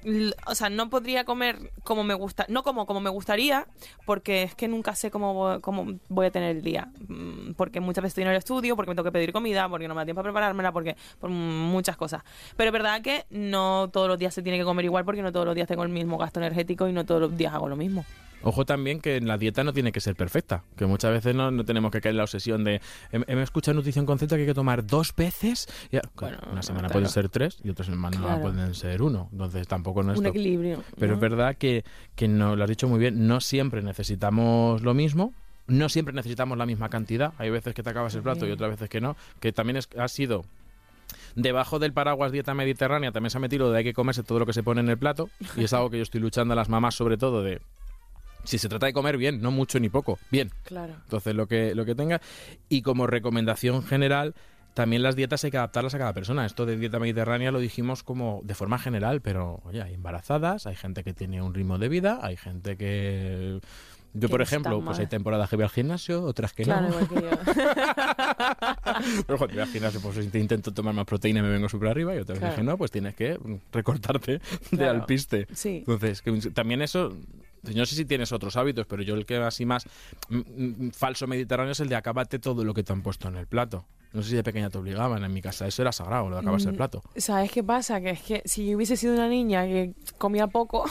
l- o sea, no podría comer como me gusta, no como como me gustaría, porque es que nunca sé cómo, vo- cómo voy a tener el día. Mm, Porque muchas veces estoy en el estudio, porque me tengo que pedir comida, porque no me da tiempo a preparármela, porque por muchas cosas. Pero es verdad que no todos los días se tiene que comer igual, porque no todos los días tengo el mismo gasto energético y no todos los días hago lo mismo. Ojo también que la dieta no tiene que ser perfecta, que muchas veces no, no tenemos que caer en la obsesión de he, he escuchado Nutrición con Z que hay que tomar dos veces. Ya, Bueno, una semana claro. pueden ser tres y otra semana Claro. pueden ser uno. Entonces tampoco no es Un to- equilibrio. Pero ¿no? es verdad que, que no, lo has dicho muy bien, no siempre necesitamos lo mismo. No siempre necesitamos la misma cantidad. Hay veces que te acabas el plato y Bien. otras veces que no. Que también es, ha sido debajo del paraguas dieta mediterránea. También se ha metido lo de hay que comerse todo lo que se pone en el plato. Y es algo que yo estoy luchando a las mamás sobre todo de si se trata de comer bien, no mucho ni poco, bien. Claro. Entonces lo que, lo que tenga. Y como recomendación general, también las dietas hay que adaptarlas a cada persona. Esto de dieta mediterránea lo dijimos como de forma general, pero oye, hay embarazadas, hay gente que tiene un ritmo de vida, hay gente que... Yo, Que por no está ejemplo, pues mal. hay temporadas que voy al gimnasio, otras que Claro, no. igual que yo. Pero cuando voy al gimnasio, pues te intento tomar más proteína y me vengo súper arriba, y otras veces Claro. que no, pues tienes que recortarte de Claro. alpiste. Sí. Entonces, que también eso, yo no sé si tienes otros hábitos, pero yo el que así más mm, mm, falso mediterráneo es el de acábate todo lo que te han puesto en el plato. No sé si de pequeña te obligaban, en mi casa eso era sagrado, lo de acabarse el Mm, plato. ¿Sabes qué pasa? Que es que si yo hubiese sido una niña que comía poco...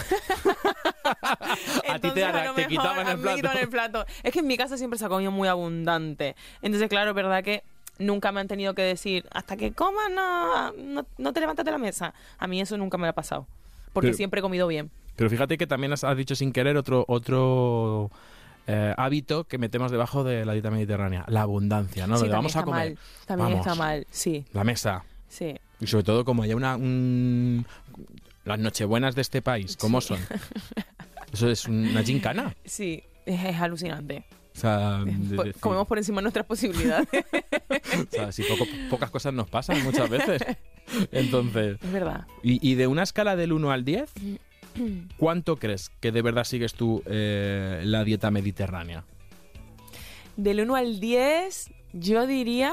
A ti te, entonces, a lo te mejor quitaban a el mí me plato. quitaban el plato. Es que en mi casa siempre se ha comido muy abundante. Entonces, claro, es verdad que nunca me han tenido que decir hasta que comas no, no, no te levantas de la mesa. A mí eso nunca me ha pasado. Porque Pero- siempre he comido bien. Pero fíjate que también has, has dicho sin querer otro otro eh, hábito que metemos debajo de la dieta mediterránea, la abundancia, ¿no? Lo Sí, de también vamos a está comer. mal. También Vamos. está mal, sí, La mesa. sí. Y sobre todo como haya una... un- las nochebuenas de este país, ¿cómo Sí. son? Eso es una gincana. Sí, es, es alucinante. O sea, de Po- decir- Comemos por encima de nuestras posibilidades. o sea, si poco- pocas cosas nos pasan muchas veces. Entonces, Es verdad. y, y de una escala del uno al diez, ¿cuánto crees que de verdad sigues tú eh, la dieta mediterránea? Del uno al diez, yo diría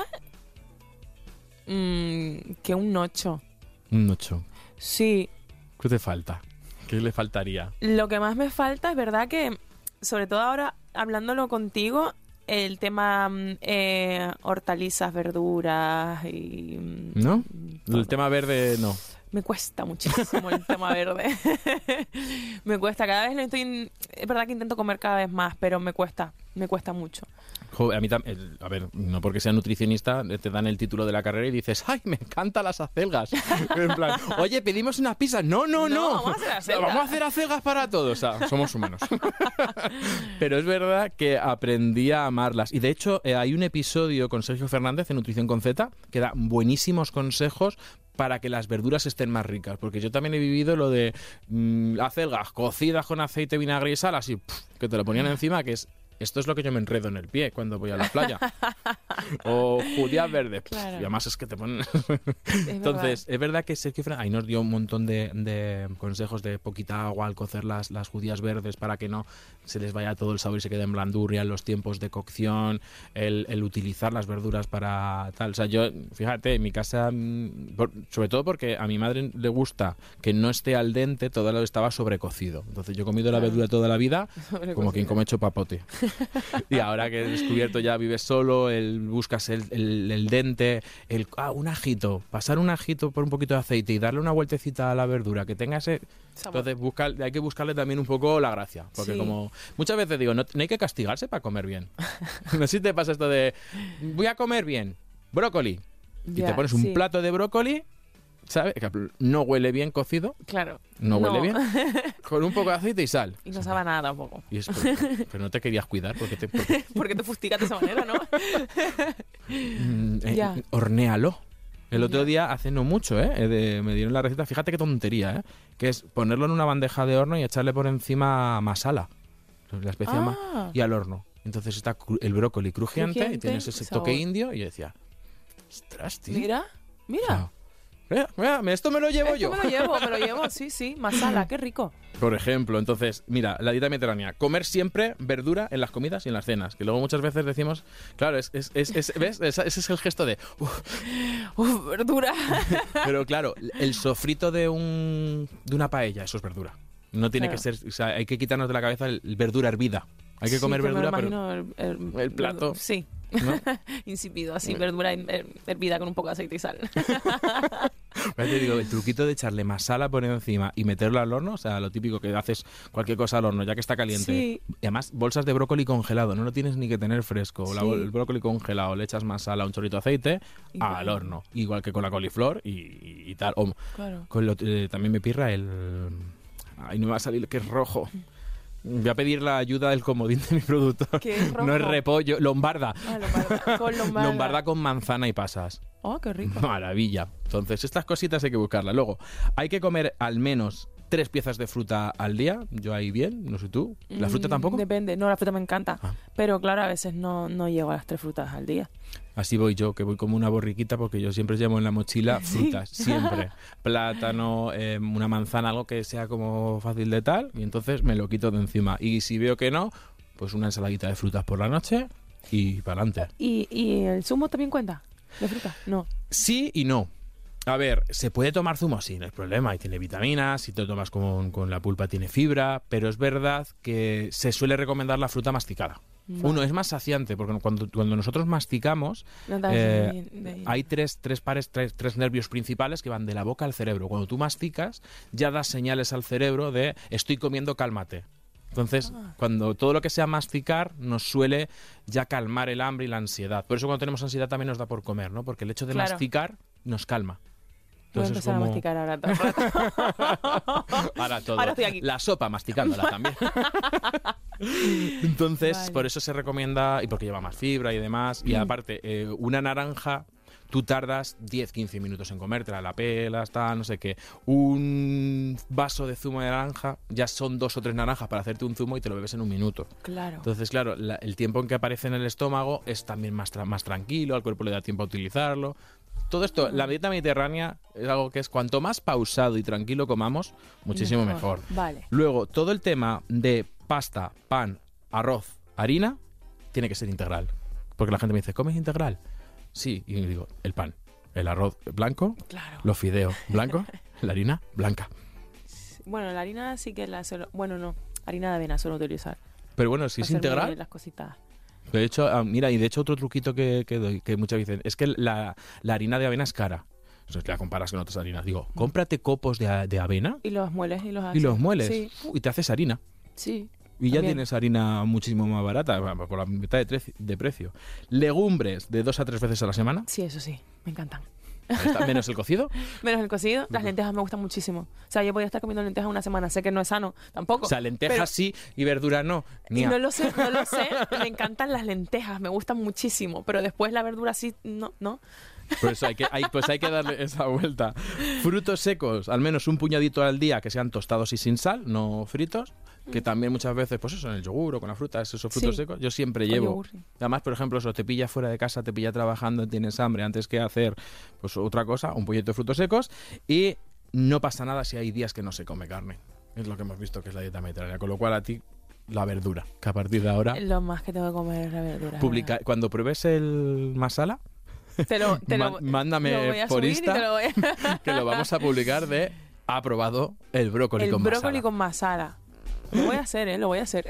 mm, que un ocho. Un ocho. Sí, ¿Qué te falta? ¿Qué le faltaría? lo que más me falta es verdad que, sobre todo ahora hablándolo contigo, el tema mm, eh, hortalizas, verduras y... mm, ¿No? todo. El tema verde, no. Me cuesta muchísimo el tema verde. Me cuesta, cada vez lo estoy... Es verdad que intento comer cada vez más, pero me cuesta, me cuesta mucho. Joder, a mí también, a ver, no porque sea nutricionista, te dan el título de la carrera y dices, ¡ay, me encantan las acelgas! En plan, oye, pedimos unas pizzas. No, no, no. No, vamos a hacer acelgas. Vamos a hacer acelgas para todos. O sea, somos humanos. Pero es verdad que aprendí a amarlas. Y de hecho, eh, hay un episodio con Sergio Fernández en Nutrición con Z que da buenísimos consejos para que las verduras estén más ricas. Porque yo también he vivido lo de mm, acelgas cocidas con aceite, vinagre y sal, así, puf, que te lo ponían encima, que es... Esto es lo que yo me enredo en el pie cuando voy a la playa. O judías verdes. puf, Claro. Y además es que te ponen... Es Entonces, es verdad que Sergio Fernández ahí nos dio un montón de, de consejos de poquita agua al cocer las, las judías verdes para que no se les vaya todo el sabor y se quede en blandurria, los tiempos de cocción, el, el utilizar las verduras para tal. O sea, yo, fíjate, en mi casa, mm, por- sobre todo porque a mi madre le gusta que no esté al dente, todo lo estaba sobrecocido. Entonces yo he comido la Claro. verdura toda la vida como Sobrecocido. quien come chopapote. Y ahora que he descubierto ya vives solo, el, buscas el, el- el dente, el ah, un ajito, pasar un ajito por un poquito de aceite y darle una vueltecita a la verdura, que tenga ese... Sabor. Entonces busca, hay que buscarle también un poco la gracia, porque Sí. como muchas veces digo, no, no hay que castigarse para comer bien. No sé si te pasa esto de, voy a comer bien, brócoli, y Ya, te pones un sí. plato de brócoli, ¿sabes? Que no huele bien cocido, Claro. no huele No. bien, con un poco de aceite y sal. Y no sabe nada tampoco. Y es porque- pero no te querías cuidar porque te... porque- ¿Por qué te fustigas de esa manera, no? Mm, eh, Ya. hornéalo. El otro Ya. día, hace no mucho, ¿eh? Eh, de- me dieron la receta, fíjate qué tontería, ¿eh? Que es ponerlo en una bandeja de horno y echarle por encima masala, la especie ma- Ah. y al horno. Entonces está cru- el brócoli crujiente, y Crujiente, tienes ese sabor. toque indio y yo decía, ostras, tío. Mira, O mira. sea, Mira, mira, esto me lo llevo Esto yo. me lo llevo, me lo llevo, sí, sí. Masala, qué rico. Por ejemplo, entonces, mira, la dieta mediterránea. Comer siempre verdura en las comidas y en las cenas. Que luego muchas veces decimos, claro, es, es, es, es- ¿ves? Es- ese es el gesto de... "Uf". Uf, verdura. Pero claro, el sofrito de, un, de una paella, eso es verdura. No tiene Claro. que ser... O sea, hay que quitarnos de la cabeza el, el verdura hervida. Hay que Sí, comer que me verdura, lo pero... imagino el, el- el plato. Sí. ¿no? Insípido, así, verdura her- hervida con un poco de aceite y sal. Ya te digo, el truquito de echarle masala por encima y meterlo al horno, o sea, lo típico que haces cualquier cosa al horno ya que está caliente. Sí. Y además, bolsas de brócoli congelado, no lo tienes ni que tener fresco. La Sí. bol- el brócoli congelado, le echas masala, un chorrito de aceite Igual. al horno. Igual que con la coliflor y, y- y tal. O Claro. con lo- eh, también me pirra el... Ay, no me va a salir que es rojo. Voy a pedir la ayuda del comodín de mi productor. ¿Qué es No es rojo? repollo, lombarda. Ah, lombarda. Con lombarda. Lombarda con manzana y pasas. Oh, qué rico. Maravilla. Entonces, estas cositas hay que buscarlas. Luego, hay que comer al menos tres piezas de fruta al día. Yo ahí bien, no sé tú. ¿La fruta Mm, tampoco? Depende. No, la fruta me encanta. Ah. Pero claro, a veces no, no llego a las tres frutas al día. Así voy yo, que voy como una borriquita porque yo siempre llevo en la mochila frutas, siempre. Plátano, eh, una manzana, algo que sea como fácil de tal, y entonces me lo quito de encima. Y si veo que no, pues una ensaladita de frutas por la noche y para adelante. ¿Y, ¿Y el zumo también cuenta? ¿De fruta? No. Sí y no. A ver, ¿se puede tomar zumo? Sí, no hay problema. Y tiene vitaminas, si te lo tomas con, con la pulpa tiene fibra, pero es verdad que se suele recomendar la fruta masticada. Vale. Uno, es más saciante, porque cuando, cuando nosotros masticamos, No te eh, de- de- hay tres, tres pares, tres, tres nervios principales que van de la boca al cerebro. Cuando tú masticas, ya das señales al cerebro de estoy comiendo, cálmate. Entonces, Ah. cuando todo lo que sea masticar nos suele ya calmar el hambre y la ansiedad. Por eso cuando tenemos ansiedad también nos da por comer, ¿no? Porque el hecho de Claro. masticar nos calma. Voy a Entonces, empezar como- a masticar ahora todo el rato. Ahora todo. Ahora estoy aquí. La sopa masticándola también. Entonces, Vale. por eso se recomienda, y porque lleva más fibra y demás. Mm. Y aparte, eh, una naranja, tú tardas diez quince minutos en comértela, la pelas, tal, no sé qué. Un vaso de zumo de naranja, ya son dos o tres naranjas para hacerte un zumo y te lo bebes en un minuto. Claro. Entonces, claro, la- el tiempo en que aparece en el estómago es también más, tra- más tranquilo, al cuerpo le da tiempo a utilizarlo. Todo esto, la dieta mediterránea es algo que es cuanto más pausado y tranquilo comamos, muchísimo mejor. Vale. Luego, todo el tema de pasta, pan, arroz, harina, tiene que ser integral. Porque la gente me dice, ¿comes integral? Sí, y yo digo, el pan, el arroz blanco, Claro. los fideos blancos, la harina blanca. Bueno, la harina sí que la suelo... Bueno, no. Harina de avena suelo utilizar. Pero bueno, si es Hacerme integral, las cositas. de hecho, ah, mira, y de hecho otro truquito que, que doy, que muchas veces, es que la, la harina de avena es cara. Entonces la comparas con otras harinas. Digo, cómprate copos de, a- de avena Y los mueles y los y haces. los mueles Sí, ¡fu! Y te haces harina. sí. Y ya También. tienes harina muchísimo más barata, vamos, por la mitad de, treci- de precio. Legumbres de dos a tres veces a la semana, Sí, eso sí. Me encantan. ahí está, menos el cocido. Menos el cocido, las lentejas me gustan muchísimo. O sea, yo podía estar comiendo lentejas una semana. Sé que no es sano, tampoco. O sea, lentejas pero- sí y verdura no. Y Nia. no lo sé, no lo sé. Me encantan las lentejas, me gustan muchísimo. Pero después la verdura sí, no, no. Por eso hay que, hay, pues hay que darle esa vuelta. Frutos secos, al menos un puñadito al día que sean tostados y sin sal, no fritos. Que también muchas veces, pues eso, en el yogur o con la fruta, esos frutos Sí. secos, yo siempre Con llevo. yogur, sí. Además, por ejemplo, eso te pilla fuera de casa, te pilla trabajando, tienes hambre, antes que hacer pues otra cosa, un puñito de frutos secos. Y no pasa nada si hay días que no se come carne. Es lo que hemos visto que es la dieta mediterránea. Con lo cual a ti, la verdura, que a partir de ahora, Lo más que tengo que comer es la verdura. publica, cuando pruebes el masala, Te lo, te lo, Ma- mándame lo voy a por subir y Insta. te lo voy a- que lo vamos a publicar de ha probado el brócoli El con brócoli masala. con masala. Lo voy a hacer, ¿eh? Lo voy a hacer.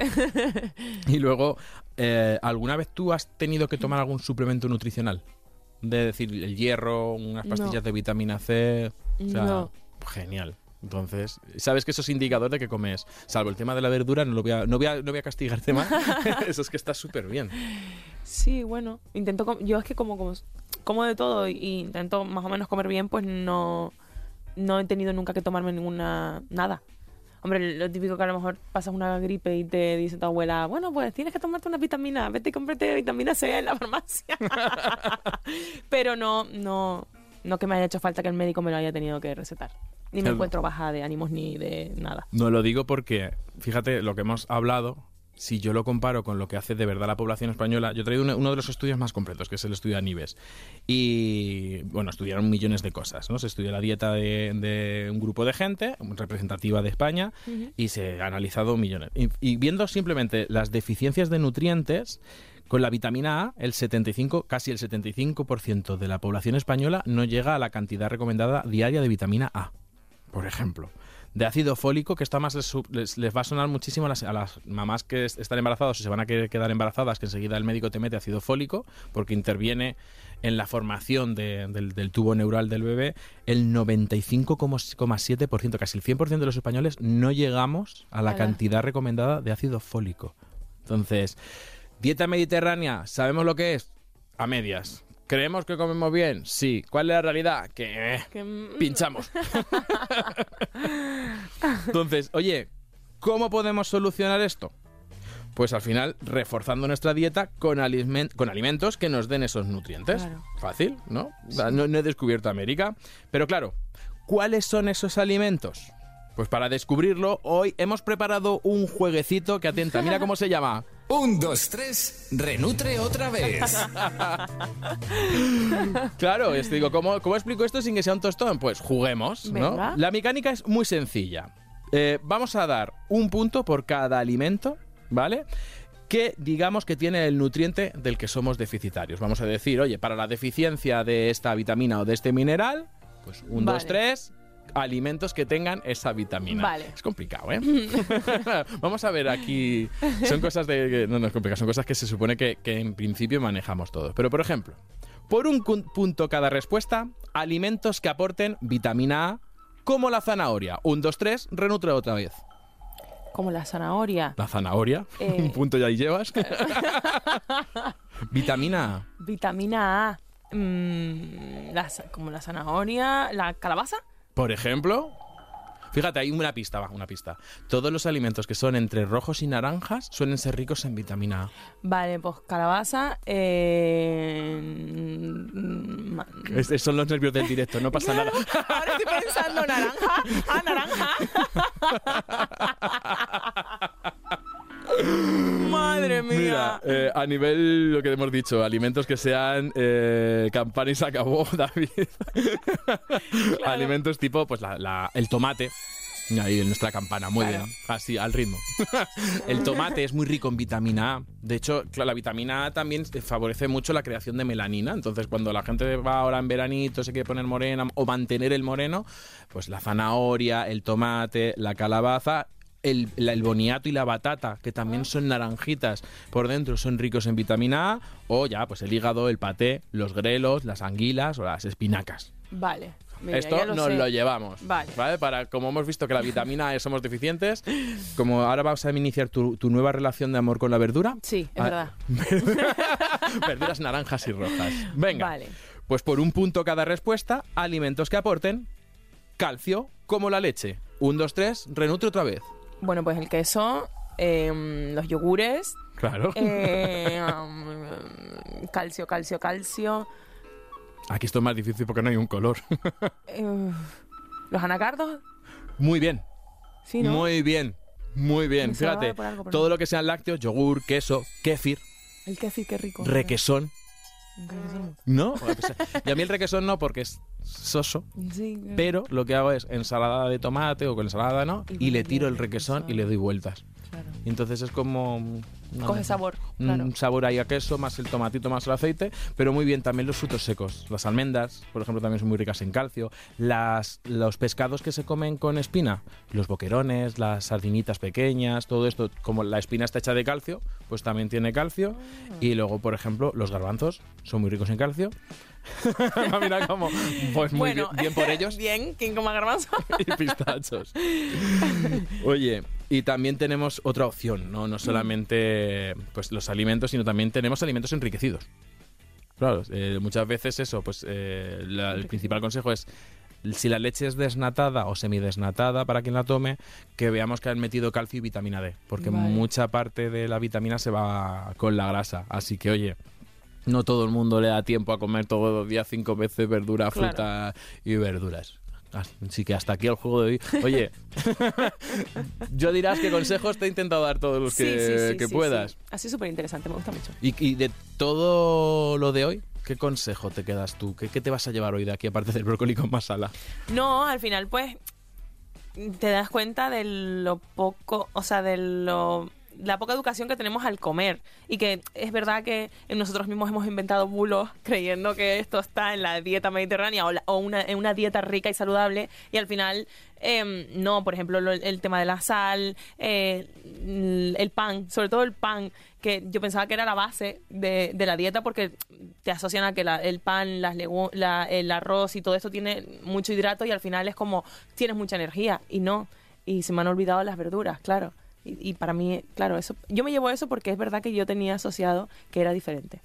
Y luego, eh, ¿alguna vez tú has tenido que tomar algún suplemento nutricional? De decir, el hierro, unas pastillas No. de vitamina C. O sea, No. genial. Entonces, sabes que eso es indicador de que comes. Salvo el tema de la verdura, no lo voy a, no voy a, no voy a castigarte más. Eso es que está súper bien. Sí, bueno. Intento com- yo es que como, como, como de todo y intento más o menos comer bien, pues no, no he tenido nunca que tomarme ninguna... Nada. Hombre, lo típico que a lo mejor pasas una gripe y te dice tu abuela, bueno, pues tienes que tomarte una vitamina, vete y cómprate vitamina C en la farmacia. Pero no, no, no que me haya hecho falta que el médico me lo haya tenido que recetar. Ni me Claro. encuentro baja de ánimos ni de nada. No lo digo porque, fíjate, lo que hemos hablado si yo lo comparo con lo que hace de verdad la población española, yo he traído uno, uno de los estudios más completos, que es el estudio Anibes. Y, bueno, estudiaron millones de cosas, ¿no? Se estudió la dieta de, de un grupo de gente, representativa de España, uh-huh. y se ha analizado millones. Y, y viendo simplemente las deficiencias de nutrientes, con la vitamina A, el setenta y cinco, casi el setenta y cinco por ciento de la población española no llega a la cantidad recomendada diaria de vitamina A, por ejemplo. De ácido fólico, que esto más les, les, les va a sonar muchísimo a las, a las mamás que están embarazadas o se van a querer quedar embarazadas, que enseguida el médico te mete ácido fólico, porque interviene en la formación de, del, del tubo neural del bebé. El noventa y cinco coma siete por ciento, casi el cien por ciento de los españoles, no llegamos a la Hola. cantidad recomendada de ácido fólico. Entonces, dieta mediterránea, ¿sabemos lo que es? A medias. ¿Creemos que comemos bien? Sí. ¿Cuál es la realidad? Que eh, que... pinchamos. Entonces, oye, ¿cómo podemos solucionar esto? Pues al final, reforzando nuestra dieta con, aliment- con alimentos que nos den esos nutrientes. Claro. Fácil, ¿no? Sí. no? No he descubierto América. Pero claro, ¿cuáles son esos alimentos? Pues para descubrirlo, hoy hemos preparado un jueguecito que, atenta, mira cómo se llama. Un, dos, tres, renutre otra vez. Claro, es, digo, ¿cómo, ¿cómo explico esto sin que sea un tostón? Pues juguemos, ¿no? Venga. La mecánica es muy sencilla. Eh, vamos a dar un punto por cada alimento, ¿vale? Que digamos que tiene el nutriente del que somos deficitarios. Vamos a decir, oye, para la deficiencia de esta vitamina o de este mineral, pues un, vale. dos, tres... alimentos que tengan esa vitamina. Vale. Es complicado, ¿eh? Vamos a ver aquí. Son cosas de... No, no es complicado. Son cosas que se supone que, que en principio manejamos todos. Pero, por ejemplo, por un punto cada respuesta, alimentos que aporten vitamina A, como la zanahoria. Un, dos, tres, renutre otra vez. Como la zanahoria. La zanahoria. Eh... Un punto ya ahí llevas. Vitamina A. Vitamina A. Mm, la, como la zanahoria. ¿La calabaza? Por ejemplo, fíjate, hay una pista, va, una pista. Todos los alimentos que son entre rojos y naranjas suelen ser ricos en vitamina A. Vale, pues calabaza... Eh... Es, son los nervios del directo, no pasa nada. Ahora estoy pensando, naranja. Ah, naranja. Madre mía. Mira, eh, a nivel, lo que hemos dicho, alimentos que sean eh, campana y se acabó, David. Claro. Alimentos tipo, pues la, la, el tomate. Ahí en nuestra campana, muy claro. bien, así, al ritmo. El tomate es muy rico en vitamina A. De hecho, la vitamina A también favorece mucho la creación de melanina. Entonces, cuando la gente va ahora en veranito, se quiere poner morena o mantener el moreno, pues la zanahoria, el tomate, la calabaza... El, el boniato y la batata, que también son naranjitas por dentro, son ricos en vitamina A, o ya, pues el hígado, el paté, los grelos, las anguilas o las espinacas. Vale. Mira, esto lo nos sé. lo llevamos. Vale. ¿Vale? Para, como hemos visto que la vitamina A somos deficientes, como ahora vas a iniciar tu, tu nueva relación de amor con la verdura. Sí, es ah, verdad. Verduras naranjas y rojas. Venga. Vale. Pues por un punto cada respuesta, alimentos que aporten calcio, como la leche. Un, dos, tres, renutre otra vez. Bueno, pues el queso, eh, los yogures. Claro. Eh, um, calcio, calcio, calcio. Aquí esto es más difícil porque no hay un color. eh, los anacardos. Muy bien. Sí, ¿no? Muy bien. Muy bien. Fíjate, algo, todo no. lo que sean lácteos, yogur, queso, kéfir. El kéfir, qué rico. Requesón. ¿No? Y a mí el requesón no, porque es soso. Sí, pero lo que hago es ensalada de tomate o con ensalada, ¿no? Y, y le tiro el requesón y le doy vueltas. Claro. Y entonces es como... No, coge sabor. Un claro. sabor ahí a queso, más el tomatito, más el aceite. Pero muy bien, también los frutos secos. Las almendras, por ejemplo, también son muy ricas en calcio. Las, los pescados que se comen con espina, los boquerones, las sardinitas pequeñas, todo esto, como la espina está hecha de calcio, pues también tiene calcio. Oh. Y luego, por ejemplo, los garbanzos son muy ricos en calcio. Mira cómo, pues muy bueno, bien, bien por ellos. Bien, ¿quién coma garbanzo? Y pistachos. Oye, y también tenemos otra opción, ¿no? No solamente pues los alimentos, sino también tenemos alimentos enriquecidos. Claro, eh, muchas veces eso, pues eh, la, el principal consejo es, si la leche es desnatada o semidesnatada para quien la tome, que veamos que han metido calcio y vitamina D, porque vale. mucha parte de la vitamina se va con la grasa. Así que, oye, no todo el mundo le da tiempo a comer todos los días cinco veces verdura, fruta claro. y verduras. Así que hasta aquí el juego de hoy. Oye, yo dirás que consejos te he intentado dar todos los Sí, que, sí, sí, que sí, puedas. sí. Ha sido súper interesante, me gusta mucho. Y, y de todo lo de hoy, ¿qué consejo te quedas tú? ¿Qué, qué te vas a llevar hoy de aquí, aparte del brócoli con masala? No, al final, pues, te das cuenta de lo poco, o sea, de lo... la poca educación que tenemos al comer y que es verdad que nosotros mismos hemos inventado bulos creyendo que esto está en la dieta mediterránea o, la, o una, en una dieta rica y saludable y al final eh, no, por ejemplo lo, el tema de la sal, eh, el pan, sobre todo el pan, que yo pensaba que era la base de, de la dieta porque te asocian a que la, el pan, las legu- la, el arroz y todo esto tiene mucho hidrato y al final es como tienes mucha energía y no, y se me han olvidado las verduras, claro. Y, y para mí, claro, eso yo me llevo eso porque es verdad que yo tenía asociado que era diferente.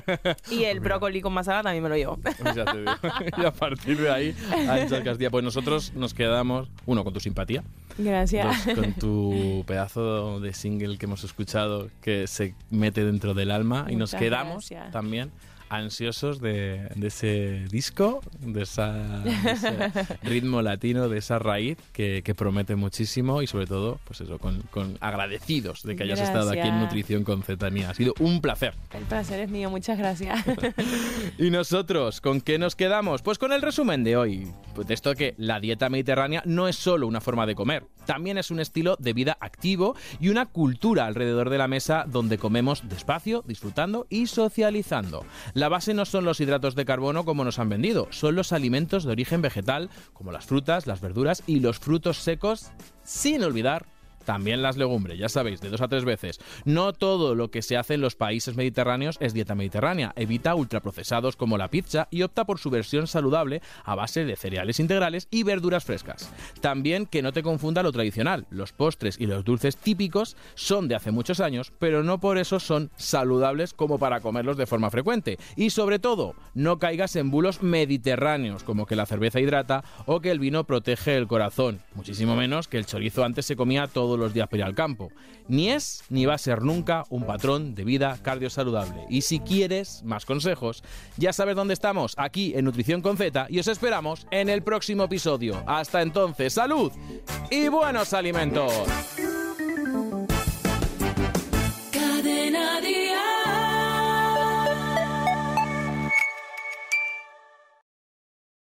Y el brócoli con masala también me lo llevo. Pues ya te digo. Y a partir de ahí, Àngel Castilla, pues nosotros nos quedamos, uno, con tu simpatía. Gracias. Dos, con tu pedazo de single que hemos escuchado que se mete dentro del alma. Y nos Muchas quedamos gracias. también ansiosos de, de ese disco, de, esa, de ese ritmo latino, de esa raíz que, que promete muchísimo y sobre todo, pues eso, con, con agradecidos de que hayas Gracias. estado aquí en Nutrición con Zetania. Ha sido un placer. El placer es mío, muchas gracias. ¿Y nosotros con qué nos quedamos? Pues con el resumen de hoy. Pues de esto que la dieta mediterránea no es solo una forma de comer, también es un estilo de vida activo y una cultura alrededor de la mesa donde comemos despacio, disfrutando y socializando. La base no son los hidratos de carbono como nos han vendido, son los alimentos de origen vegetal, como las frutas, las verduras y los frutos secos, sin olvidar también las legumbres, ya sabéis, de dos a tres veces. No todo lo que se hace en los países mediterráneos es dieta mediterránea. Evita ultraprocesados como la pizza y opta por su versión saludable a base de cereales integrales y verduras frescas. También que no te confunda lo tradicional. Los postres y los dulces típicos son de hace muchos años, pero no por eso son saludables como para comerlos de forma frecuente. Y sobre todo, no caigas en bulos mediterráneos, como que la cerveza hidrata o que el vino protege el corazón. Muchísimo menos que el chorizo antes se comía todo los días para ir al campo. Ni es ni va a ser nunca un patrón de vida cardiosaludable. Y si quieres más consejos, ya sabes dónde estamos, aquí en Nutrición con Z, y os esperamos en el próximo episodio. Hasta entonces, salud y buenos alimentos.